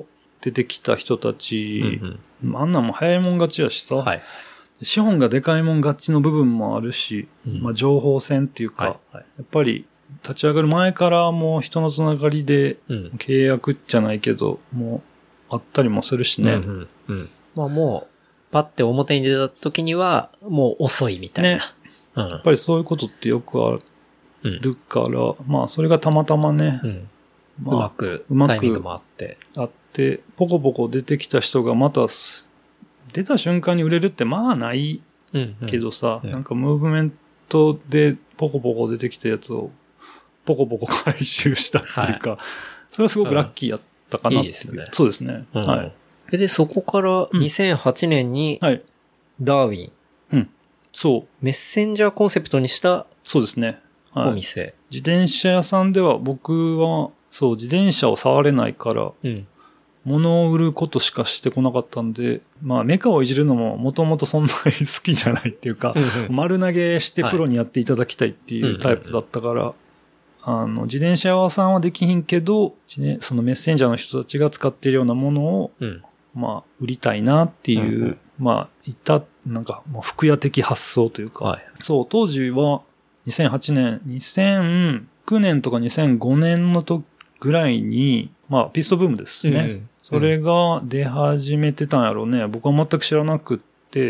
出てきた人たち、うんうん、あんなんも早いもん勝ちやしさ、はい、資本がでかいもん勝ちの部分もあるし、うん、まあ情報戦っていうか、はいはい、やっぱり立ち上がる前からもう人のつながりで契約じゃないけど、うん、もうあったりもするしね。うんうんうん、まあもう、パッて表に出た時にはもう遅いみたいな。ねうん、やっぱりそういうことってよくあるから、うん、まあそれがたまたまね、 うんまあ、うまくタイミングもあって。 あって、ポコポコ出てきた人がまた、出た瞬間に売れるってまあないけどさ、うんうん、なんかムーブメントでポコポコ出てきたやつをポコポコ回収したっていうか、はい、それはすごくラッキーやったかなって、うん、いいですね。そうですね。うん、はい。 で、そこからにせんはちねんに、ダーウィン、 うん。うん。そう。 メッセンジャーコンセプトにした、 そうですね。 はい、お店。 自転車屋さんでは僕は、そう、自転車を触れないから、うん、物を売ることしかしてこなかったんで、まあメカをいじるのももともとそんなに好きじゃないっていうか、うんうん、丸投げしてプロにやっていただきたいっていうタイプだったから、はいあの、自転車屋さんはできひんけど、そのメッセンジャーの人たちが使っているようなものを、うん、まあ、売りたいなっていう、うんうん、まあ、いた、なんか、まあ、服屋的発想というか、はい、そう、当時はにせんはちねん、にせんきゅうねんとかにせんごねんの時ぐらいに、まあ、ピストブームですね。うんうん、それが出始めてたんやろうね。僕は全く知らなくって、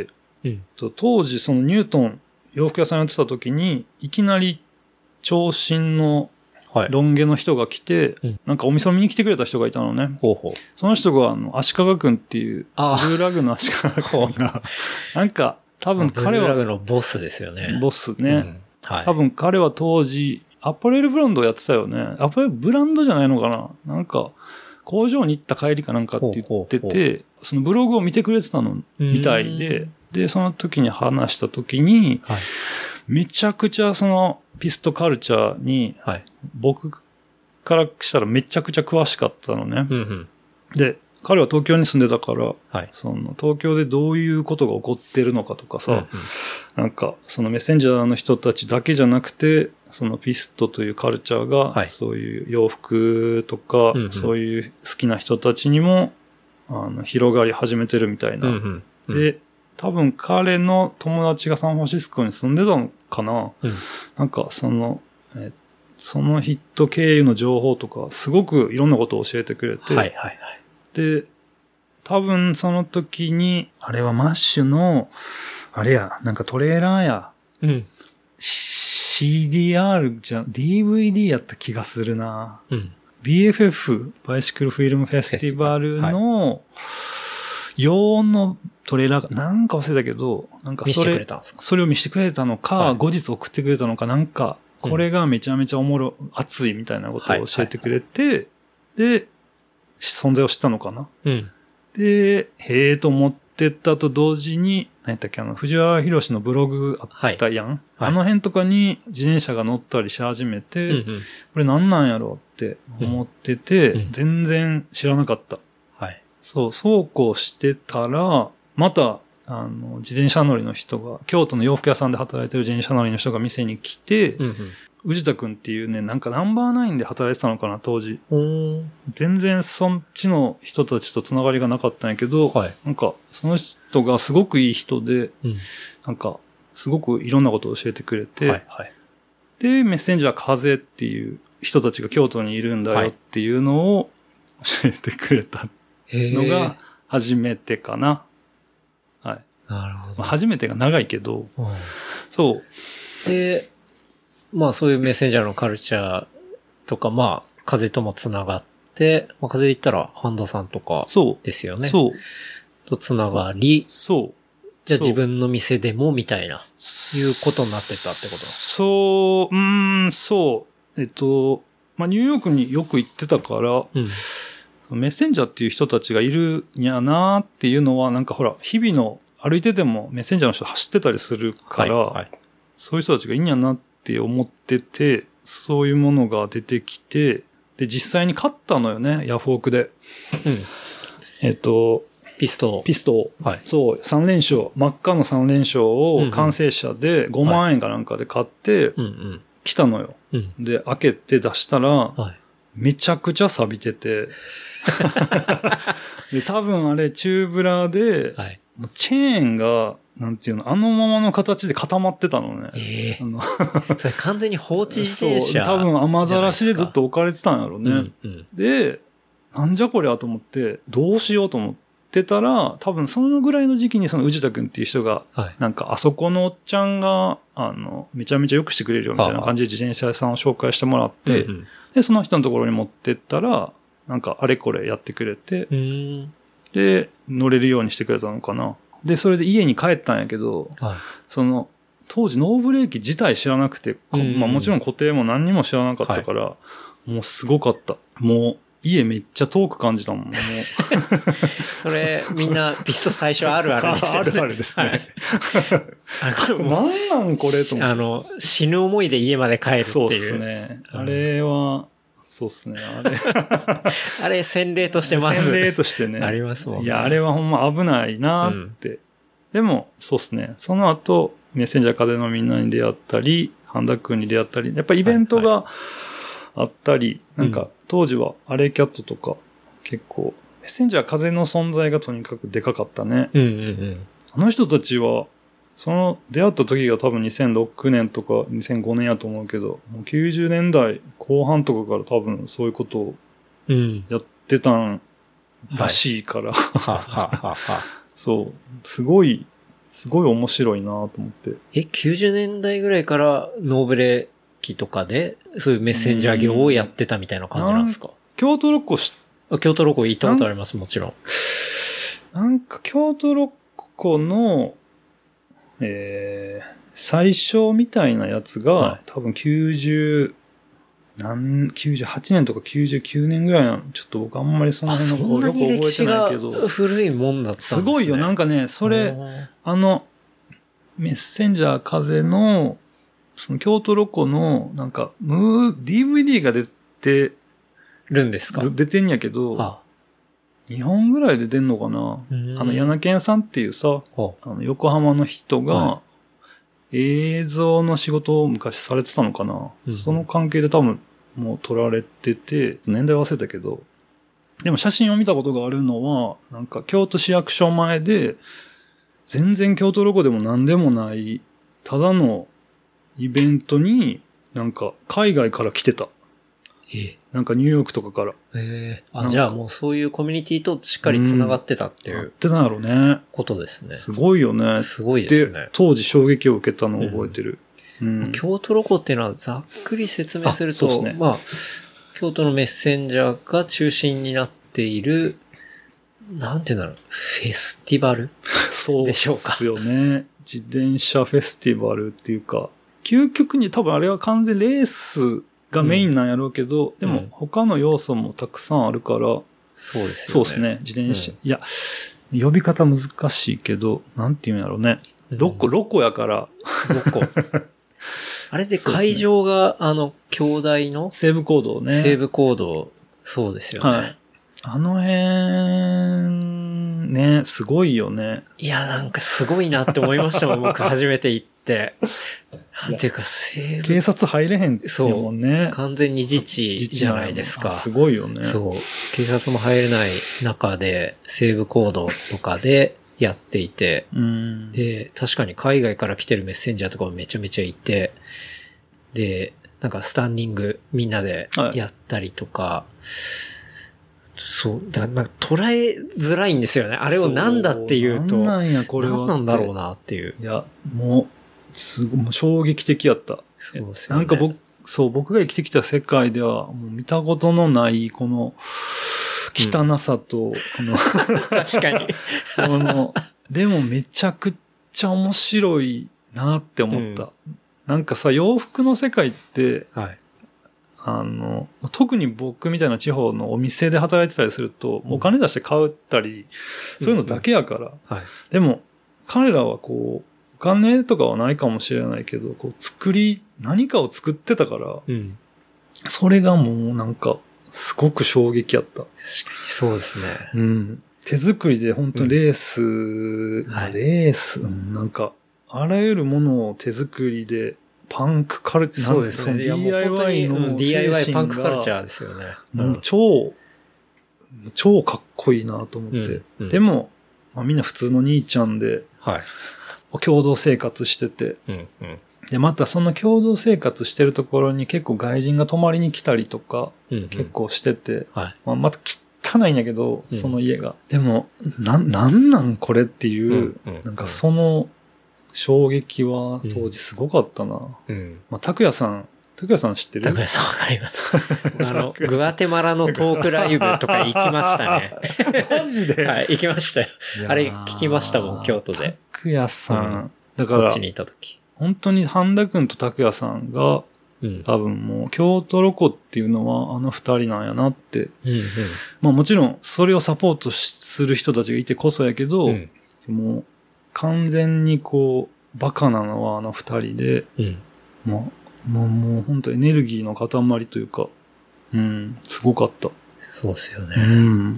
うん、当時そのニュートン洋服屋さんやってた時に、いきなり長身のロン毛の人が来て、はいうん、なんかお店を見に来てくれた人がいたのね。ほうほうその人が、あの、足利くんっていう、ブルーラグの足利くんが、なんか、多分彼は、 ブルーラグのボスですよね。 ボスね。うんはい、多分彼は当時、アパレルブランドをやってたよね。アパレルブランドじゃないのかななんか、工場に行った帰りかなんかって言ってて、ほうほうほうそのブログを見てくれてたのみたいで、で、その時に話した時に、はい、めちゃくちゃその、ピストカルチャーに、僕からしたらめちゃくちゃ詳しかったのね。うんうん、で、彼は東京に住んでたから、はい、その東京でどういうことが起こってるのかとかさ、うんうん、なんかそのメッセンジャーの人たちだけじゃなくて、そのピストというカルチャーが、はい、そういう洋服とか、うんうん、そういう好きな人たちにもあの広がり始めてるみたいな。うんうんうん、で、多分彼の友達がサンフランシスコに住んでたのかな、うん、なんかその、えそのヒット経由の情報とかすごくいろんなことを教えてくれて、はいはいはい、で、多分その時に、あれはマッシュの、あれや、なんかトレーラーや、うん、シーディーアール じゃ、ディーブイディー やった気がするな、うん、ビーエフエフ、バイシクルフィルムフェスティバルの、はい用のトレーラーが、なんか忘れたけど、なんかそれ、見せてくれたんですか？それを見せてくれたのか、はい、後日送ってくれたのか、なんか、これがめちゃめちゃおもろ、熱いみたいなことを教えてくれて、はいはいはい、で、存在を知ったのかな、うん、で、へーと思ってたと同時に、何やったっけ、あの、藤原宏のブログあったやん、はいはい、あの辺とかに自転車が乗ったりし始めて、うんうん、これなんなんやろって思ってて、うんうん、全然知らなかった。そう、そうこうしてたら、また、あの、自転車乗りの人が、京都の洋服屋さんで働いてる自転車乗りの人が店に来て、うんうん、宇治田くんっていうね、なんかナンバーナインで働いてたのかな、当時。全然そっちの人たちとつながりがなかったんやけど、はい、なんか、その人がすごくいい人で、うん、なんか、すごくいろんなことを教えてくれて、はいはい、で、メッセンジャー風っていう人たちが京都にいるんだよっていうのを教えてくれた。のが初めてかな。はい。なるほど。まあ、初めてが長いけど、うん、そう。 で、まあそういうメッセンジャーのカルチャーとか、まあ風ともつながって、まあ風で言ったら半田さんとかですよね。そう。そうとつながり、そう。じゃあ自分の店でもみたいな、いうことになってたってこと？ そう、うーん、そう。えっと、まあニューヨークによく行ってたから、うんメッセンジャーっていう人たちがいるんやなーっていうのは、なんかほら、日々の歩いててもメッセンジャーの人走ってたりするから、はいはい、そういう人たちがいいんやなって思ってて、そういうものが出てきて、で、実際に買ったのよね、ヤフオクで。うん、えっと、 ピスト。 ピスト。はい。そう、さん連勝、真っ赤のさん連勝を完成車でごまん円かなんかで買って、うんうん、来たのよ。うん、で、開けて出したら、はいめちゃくちゃ錆びてて。で、多分あれ、チューブラーで、はい、もうチェーンが、なんていうの、あのままの形で固まってたのね。 ええー。あのそれ完全に放置自転車。 そう、多分雨ざらしでずっと置かれてたんやろうね。うんうん、で、なんじゃこりゃと思って、どうしようと思ってたら、多分そのぐらいの時期にその宇治田くんっていう人が、はい、なんかあそこのおっちゃんが、あの、めちゃめちゃ良くしてくれるよみたいな感じで自転車屋さんを紹介してもらって、うんうん、で、その人のところに持ってったら、なんかあれこれやってくれて、で、乗れるようにしてくれたのかな。で、それで家に帰ったんやけど、はい、その、当時ノーブレーキ自体知らなくて、まあもちろん固定も何にも知らなかったから、はい、もうすごかった。もう、家めっちゃ遠く感じたもん。もうそれ、みんなピスト最初あるあるですよね。 あるあるですね。はい、あこれ何なんこれと思って。 あの、死ぬ思いで家まで帰るっていう。 そうですね。あれは、そうですね。あれ。 あれ、洗礼としてます。 洗礼としてね。 ありますもんね。 いや、あれはほんま危ないなって。うん、でも、そうですね。その後、メッセンジャー風のみんなに出会ったり、ハンダ君に出会ったり、やっぱりイベントがあったり、はいはい、なんか、当時はアレイキャットとか、結構、メッセンジャー風の存在がとにかくでかかったね。 うんうんうん、 あの人たちは、その出会った時が多分にせんろくねんとかにせんごねんやと思うけど、もうきゅうじゅうねんだいこう半とかから多分そういうことをやってたんらしいから。そう。すごい、すごい面白いなと思って。 え、きゅうじゅうねんだいぐらいからノーブレ機とかでそういうメッセンジャー業をやってたみたいな感じなんですか？ 京都ロコし、 京都ロコ行ったことあります、もちろん。 なんか京都ロコの、えー、最初みたいなやつが、はい、多分きゅうじゅう、なん、きゅうじゅうはちねんとかきゅうじゅうきゅうねんぐらいなの。ちょっと僕あんまりその辺のことよく覚えてないけど。 そんなに歴史が古いもんだったんですね。 すごいよ。なんかね、それ、あの、メッセンジャー風の、その京都ロコの、なんか、ムー、ディーブイディー が出て、 るんですか？ 出てんやけど、ああにほんぐらいで出んのかな。あの、柳健さんっていうさ、あの横浜の人が、映像の仕事を昔されてたのかな。うん、その関係で多分、もう撮られてて、年代忘れたけど、でも写真を見たことがあるのは、なんか京都市役所前で、全然京都ロコでも何でもない、ただのイベントに、なんか海外から来てた。 えなんかニューヨークとかから。 えー、あ、じゃあもうそういうコミュニティとしっかり繋がってたっていう。 やってたんやろね。 ことですね。 すごいよね。 すごいですね。 で、当時衝撃を受けたのを覚えてる。 うんうん、京都ロコっていうのはざっくり説明すると、ね、まあ、京都のメッセンジャーが中心になっている、なんていうんだろう、フェスティバルでしょうか。 そうですよね。自転車フェスティバルっていうか、究極に多分あれは完全レース、がメインなんやろうけど、うん、でも他の要素もたくさんあるから、うん、 そうですよね。 そうですね。自転車、うん、いや、呼び方難しいけど、なんていうんやろうね。ロコ、ロコやから。 ロコ。あれで会場が、ね、あの、兄弟の西武行動ね。 西武行動、そうですよね。はい。 あの辺、ね、すごいよね。 いや、なんかすごいなって思いましたもん、僕初めて行って。なんていうか、西武。 警察入れへんそうもんね。 完全に自治じゃないですか。 すごいよね。 そう。警察も入れない中で、西武行動とかでやっていて、 うん、 で、確かに海外から来てるメッセンジャーとかもめちゃめちゃいて、で、なんかスタンディングみんなでやったりとか、はい、そう、だから捉えづらいんですよね。あれをなんだっていうと、 なんなんやこれは。 なんなんだろうなっていう。 いや、もう、すごい、もう衝撃的やった。 そうですよね。 なんか僕、そう、僕が生きてきた世界では、もう見たことのない、この、汚さと、うん、この確かに。 この、でもめちゃくちゃ面白いなって思った。うん、なんかさ、洋服の世界って、 はい、 あの、特に僕みたいな地方のお店で働いてたりすると、うん、お金出して買ったり、そういうのだけやから。うんはい、 でも、彼らはこう、お金とかはないかもしれないけど、こう作り、何かを作ってたから、 うん、 それがもうなんか、すごく衝撃やった。 確かにそうですね。 うん。手作りで本当にレース、うんはい、レース、うん、なんか、あらゆるものを手作りでパンクカルチャー、 そうですね。 ディーアイワイ の、うん、 ディーアイワイ パンクカルチャーですよね。 もう超、超かっこいいなと思って。うんうん、でも、まあ、みんな普通の兄ちゃんで、はい、共同生活してて、うんうん、で、またその共同生活してるところに結構外人が泊まりに来たりとか、うんうん、結構してて、はい、まあ、また汚いんやけど、その家が。うん、でも、な、なんなんこれっていう、うんうん、なんかその衝撃は当時すごかったな。うん、まあ、拓也さん、拓也さん知ってる？ 拓也さんわかります。あの、グアテマラのトークライブとか行きましたね。 マジで？ はい、行きましたよ。あれ聞きましたもん、京都で。 拓也さん、うん、だから、 こっちにいた時。 本当に半田くんと拓也さんが、うん、多分もう京都ロコっていうのはあの二人なんやなって、うんうん、まあもちろんそれをサポートする人たちがいてこそやけど、うん、もう完全にこうバカなのはあの二人で、うん、もうもうもう本当エネルギーの塊というか、うん、すごかった。 そうですよね。 うん、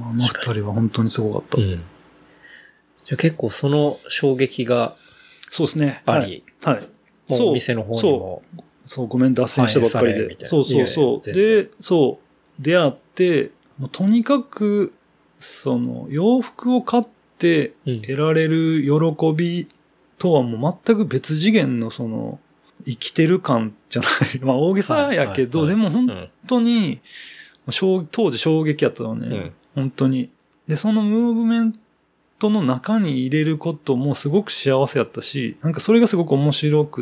あの二人は本当にすごかった。うん、 じゃあ結構その衝撃がそうですね。 あり、 はい。はい、 もうお店の方にも。 そう、ごめん、脱線したばっかりで。そうそうそう。で、そう、出会って、もうとにかく、その、洋服を買って得られる喜びとはもう全く別次元のその、生きてる感じゃない。まあ大げさやけど、はいはいはい、でも本当に、うん、当時衝撃やったのね、うん。本当に。で、そのムーブメントの中に入れることもすごく幸せやったし、なんかそれがすごく面白くって、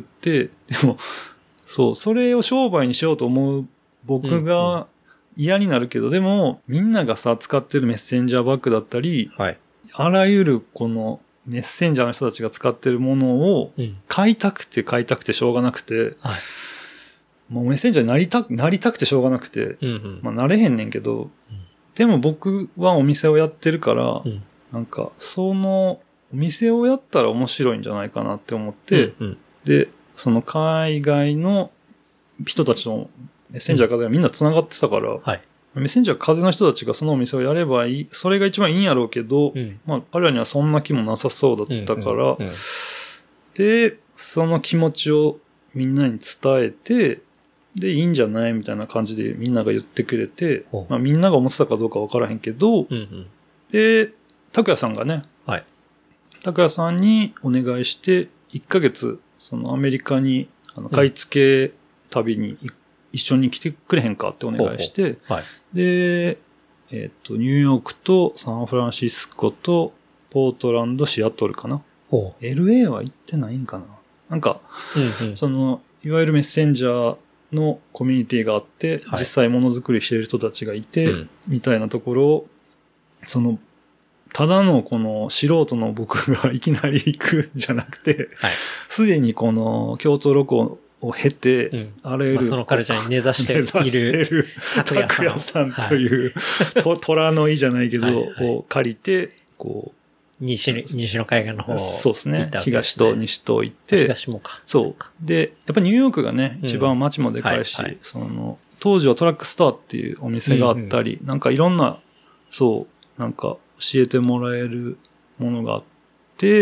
でも、そう、それを商売にしようと思う僕が嫌になるけど、うんうん、でも、みんながさ、使ってるメッセンジャーバッグだったり、はい、あらゆるこのメッセンジャーの人たちが使ってるものを買いたくて買いたくてしょうがなくて、はい、もうメッセンジャーになりたく、なりたくてしょうがなくて、うんうん、まあなれへんねんけど、うん、でも僕はお店をやってるから、うん、なんか、そのお店をやったら面白いんじゃないかなって思って、うんうん、で、その海外の人たちのメッセンジャー風がみんな繋がってたから、うんはい、メッセンジャー風の人たちがそのお店をやればいい、それが一番いいんやろうけど、うん、まあ彼らにはそんな気もなさそうだったから、うんうんうん、で、その気持ちをみんなに伝えて、で、いいんじゃないみたいな感じでみんなが言ってくれて、まあみんなが思ってたかどうかわからへんけど、うんうん、で、拓也さんがね、はい、拓也さんにお願いして、いっかげつ、そのアメリカに、あの、買い付け旅に、うん、一緒に来てくれへんかってお願いして、ほうほうはい、で、えっと、ニューヨークとサンフランシスコとポートランド、シアトルかな。エルエー は行ってないんかな。なんか、うんうん、その、いわゆるメッセンジャーのコミュニティがあって、はい、実際ものづくりしている人たちがいて、うん、みたいなところを、その、ただのこの素人の僕がいきなり行くんじゃなくて、す、はい、でにこの京都ロコを経て、うん、あらゆる、まあ、 そのカルチャーに根ざしている拓也さんという、はい、虎の意じゃないけど、はいはい、を借りて、こう、 西の、西の海岸の方、 そうですね。東と西と行って、 東もか。 そう。で、やっぱニューヨークがね、一番街もでかいし、うんはいはい、その、当時はトラックストアっていうお店があったり、うんうん、なんかいろんな、そう、なんか教えてもらえるものがあって、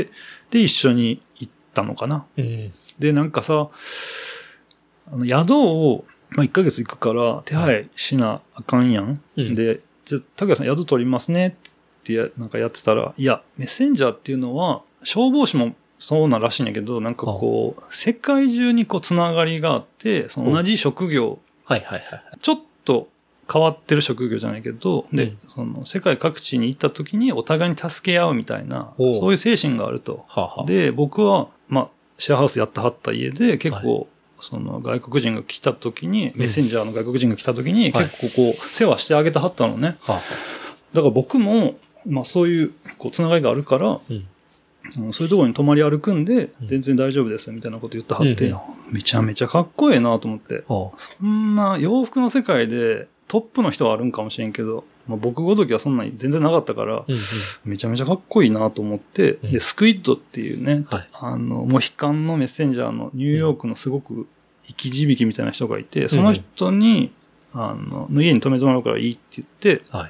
で、一緒に行ったのかな。うん、で、なんかさ、あの宿を、まあ、いっかげつ行くから手配しなあかんやん。うん、で、じゃあ、拓也さん宿取りますねってや、なんかやってたら、いや、メッセンジャーっていうのは、消防士もそうならしいんやけど、なんかこう、世界中にこう、つながりがあって、その同じ職業、 はいはいはい。 ちょっと変わってる職業じゃないけど、で、うん、その世界各地に行った時にお互いに助け合うみたいな、そういう精神があると。ははで、僕は、まあ、シェアハウスやってはった家で結構、はい、その外国人が来た時に、メッセンジャーの外国人が来た時に、結構こう、世話してあげてはったのね。はい、だから僕も、まあそういう、こう、つながりがあるから、うん、そういうところに泊まり歩くんで、全然大丈夫ですみたいなこと言ってはって、うん、めちゃめちゃかっこええなと思って、うん、そんな洋服の世界でトップの人はあるんかもしれんけど、まあ、僕ごときはそんなに全然なかったから、うんうん、めちゃめちゃかっこいいなと思って、うん、で、スクイッドっていうね、はい、あの、モヒカンのメッセンジャーのニューヨークのすごく生き字引みたいな人がいて、その人に、うん、あの、の家に泊めてもらうからいいって言って、はい、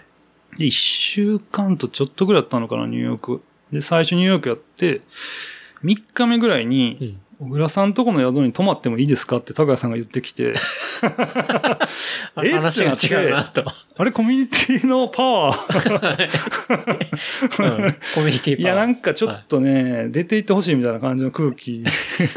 で、一週間とちょっとぐらいだったのかな、ニューヨーク。で、最初ニューヨークやって、三日目ぐらいに、 小倉さんとこの宿に泊まってもいいですかって高谷さんが言ってきて。 え話が違うなと。 あれコミュニティのパワー、 うん、コミュニティパワー。 いやなんかちょっとね、はい、出て行ってほしいみたいな感じの空気。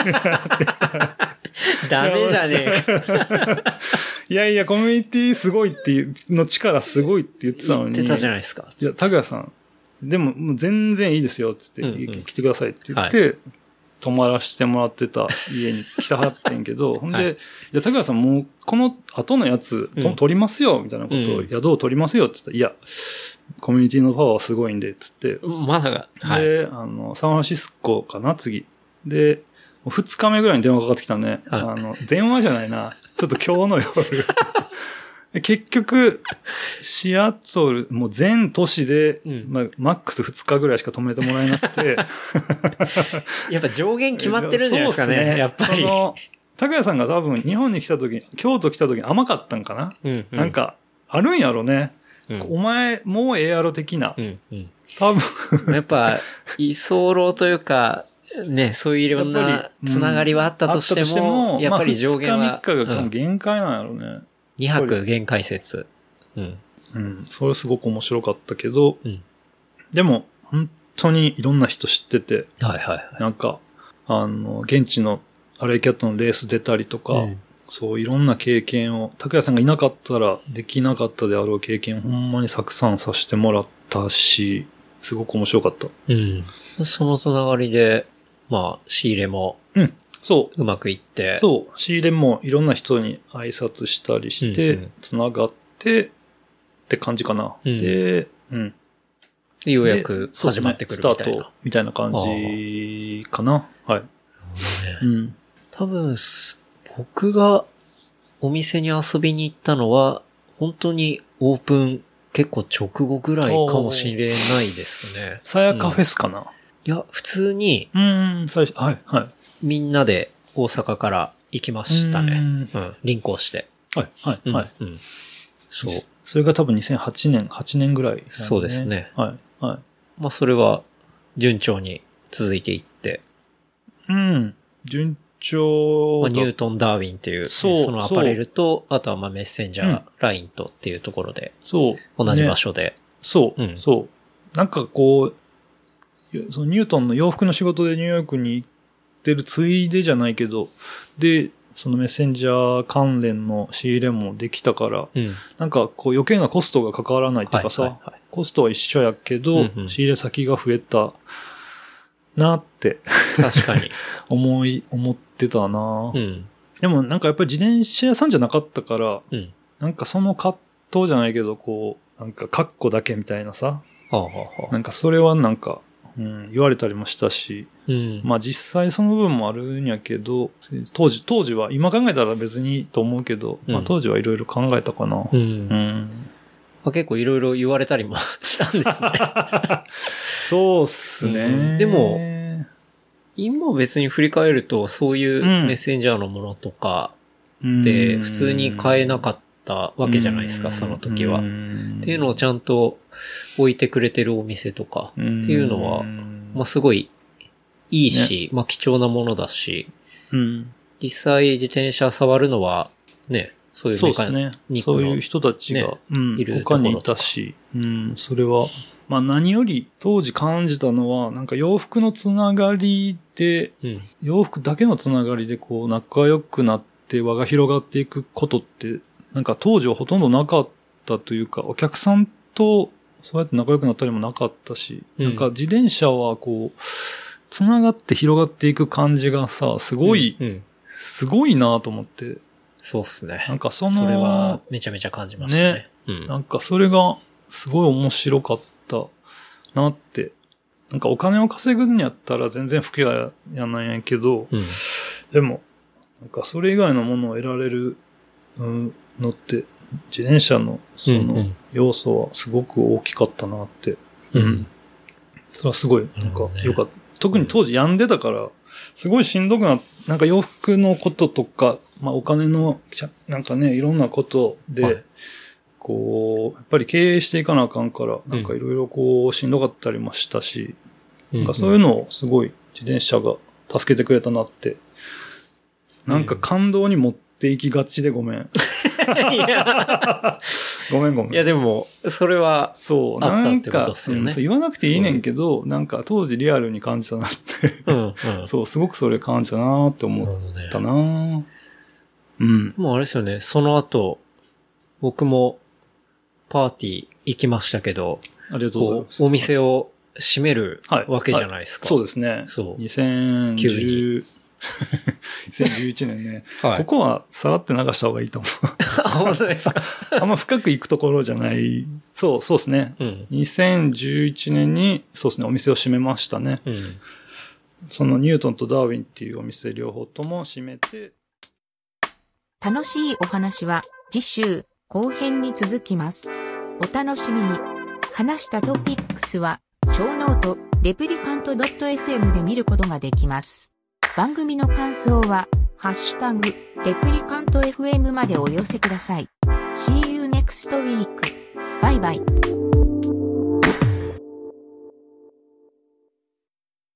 ダメじゃねえか。 いやいや、コミュニティすごいっていう、の力すごいって言ってたのに。 言ってたじゃないですか。 いや、高谷さん、でももう全然いいですよ、つって、うんうん、来てくださいって言って、はい、泊まらせてもらってた家に来たはってんけど、ほんで、はい、いや、高谷さんもうこの後のやつ、うん、取りますよ、みたいなことを、うん、宿を取りますよ、って言ったら、いや、コミュニティのパワーはすごいんで、つって。 まだが。 はい。で、あの、サンフランシスコかな、次。で、二日目ぐらいに電話かかってきたね。はい、あの、電話じゃないな。ちょっと今日の夜。結局、シアトル、もう全都市で、うん、まあ、マックス二日ぐらいしか止めてもらえなくて。 やっぱ上限決まってるんじゃないですかね。ねやっぱり。その、 高谷さんが多分日本に来た時、京都来た時に甘かったんかな、うんうん、なんか、あるんやろね。うん、お前、もうええやろ的な。うんうん、多分。 やっぱ、居候というか、ね、そういういろんなつながりはあったとしても、してもやっぱり上限は。 まあ、ふつかみっかが限界なんやろね。うん、 にはく限界説。 うん。うん。それすごく面白かったけど、うん、でも、本当にいろんな人知ってて、 はいはいはい。 なんか、あの、現地のアレイキャットのレース出たりとか、うん、そういろんな経験を、高谷さんがいなかったらできなかったであろう経験をほんまにたくさんさせてもらったし、すごく面白かった。 うん。そのつながりで、まあ、仕入れも、 うん、そう。 うまくいって。 そう。仕入れもいろんな人に挨拶したりして、つながって、って感じかな。うん、で、うん。 ようやく始まってくるみたいな。 スタートみたいな感じかな。はい。ね、 うん。多分、僕がお店に遊びに行ったのは、本当にオープン結構直後ぐらいかもしれないですね。 さやかフェスかな、うん、 いや、普通に、 うん、最初、はい、はい。 みんなで大阪から行きましたね。うん、うん。輪行して。 はい、はい、はい、 うん。うん。そう。 それが多分にせんはちねん、はちねんぐらい、ね。 そうですね。 はい、はい。 まあ、それは順調に続いていって。 うん。順調。 まあ、ニュートン・ダーウィンっていう、ね、そ, そのアパレルと、あとはまあメッセンジャー、うん、ライン とっていうところで。 そう。 同じ場所で。ね、 そう、うん。そう。なんかこう、そのニュートンの洋服の仕事でニューヨークに行ってるついでじゃないけど、で、そのメッセンジャー関連の仕入れもできたから、うん、なんかこう余計なコストが関わらないっていうかさ、はいはいはい、コストは一緒やけど、うんうん、仕入れ先が増えたなって確かに思い、思ってたな、うん、でもなんかやっぱり自転車屋さんじゃなかったから、うん、なんかその葛藤じゃないけど、こう、なんかカッコだけみたいなさ、はあはあ、なんかそれはなんか、うん、言われたりもしたし、うん、まあ実際その部分もあるんやけど、当時、当時は、今考えたら別にと思うけど、うん、まあ当時はいろいろ考えたかな。うんうんまあ、結構いろいろ言われたりもしたんですね。 そうっすね、うん。 でも、今別に振り返るとそういうメッセンジャーのものとかで普通に買えなかったわけじゃないですか、その時は。っていうのをちゃんと置いてくれてるお店とかっていうのは、まあすごいいいし、ね、まあ貴重なものだし、うん、実際自転車触るのはね、そういうメカニックの、ね、 そういう人たちが、ねうん、いる他にいたし、うん、それは、まあ何より当時感じたのは、なんか洋服のつながりで、うん、洋服だけのつながりでこう仲良くなって輪が広がっていくことって、なんか当時はほとんどなかったというか、お客さんとそうやって仲良くなったりもなかったし、うん、なんか自転車はこう、つながって広がっていく感じがさ、すごい、うんうん、すごいなと思って。 そうっすね。 なんかその、 それはめちゃめちゃ感じましたね。ねうん、なんかそれがすごい面白かったなって。なんかお金を稼ぐんやったら全然不嫌いやないんやけど、うん、でも、なんかそれ以外のものを得られるのって、自転車のその要素はすごく大きかったなって。うん。うん、それはすごい、なんか良かった。うん特に当時病んでたから、すごいしんどくなっなんか洋服のこととか、まあお金の、なんかね、いろんなことで、はい、こう、やっぱり経営していかなあかんから、なんかいろいろこう、しんどかったりもしたし、うん、なんかそういうのをすごい自転車が助けてくれたなってなんか感動に持っていきがちでごめん。いやごめんごめん。 いやでも、それは、そう、あったってことですよね。 うん、そう言わなくていいねんけど、なんか当時リアルに感じたなってうんうん。そう、すごくそれ感じたなって思ったな、ね、 うん。もうあれですよね、その後、僕もパーティー行きましたけど、 ありがとうございます。 お店を閉めるわけじゃないですか。 はいはい、そうですね。そう。にせんじゅう、にせんじゅういちねんね、はい。ここはさらって流した方がいいと思う。 本当ですかあんま深く行くところじゃない。そう、そうですね。うん、にせんじゅういちねんに、そうですね、お店を閉めましたね。うん、そのニュートンとダーウィンっていうお店両方とも閉めて。 楽しいお話は次週後編に続きます。お楽しみに。話したトピックスは、小ノート、レプリカント .fm で見ることができます。番組の感想は、ハッシュタグ、レプリカント エフエム までお寄せください。See you next week. バイバイ。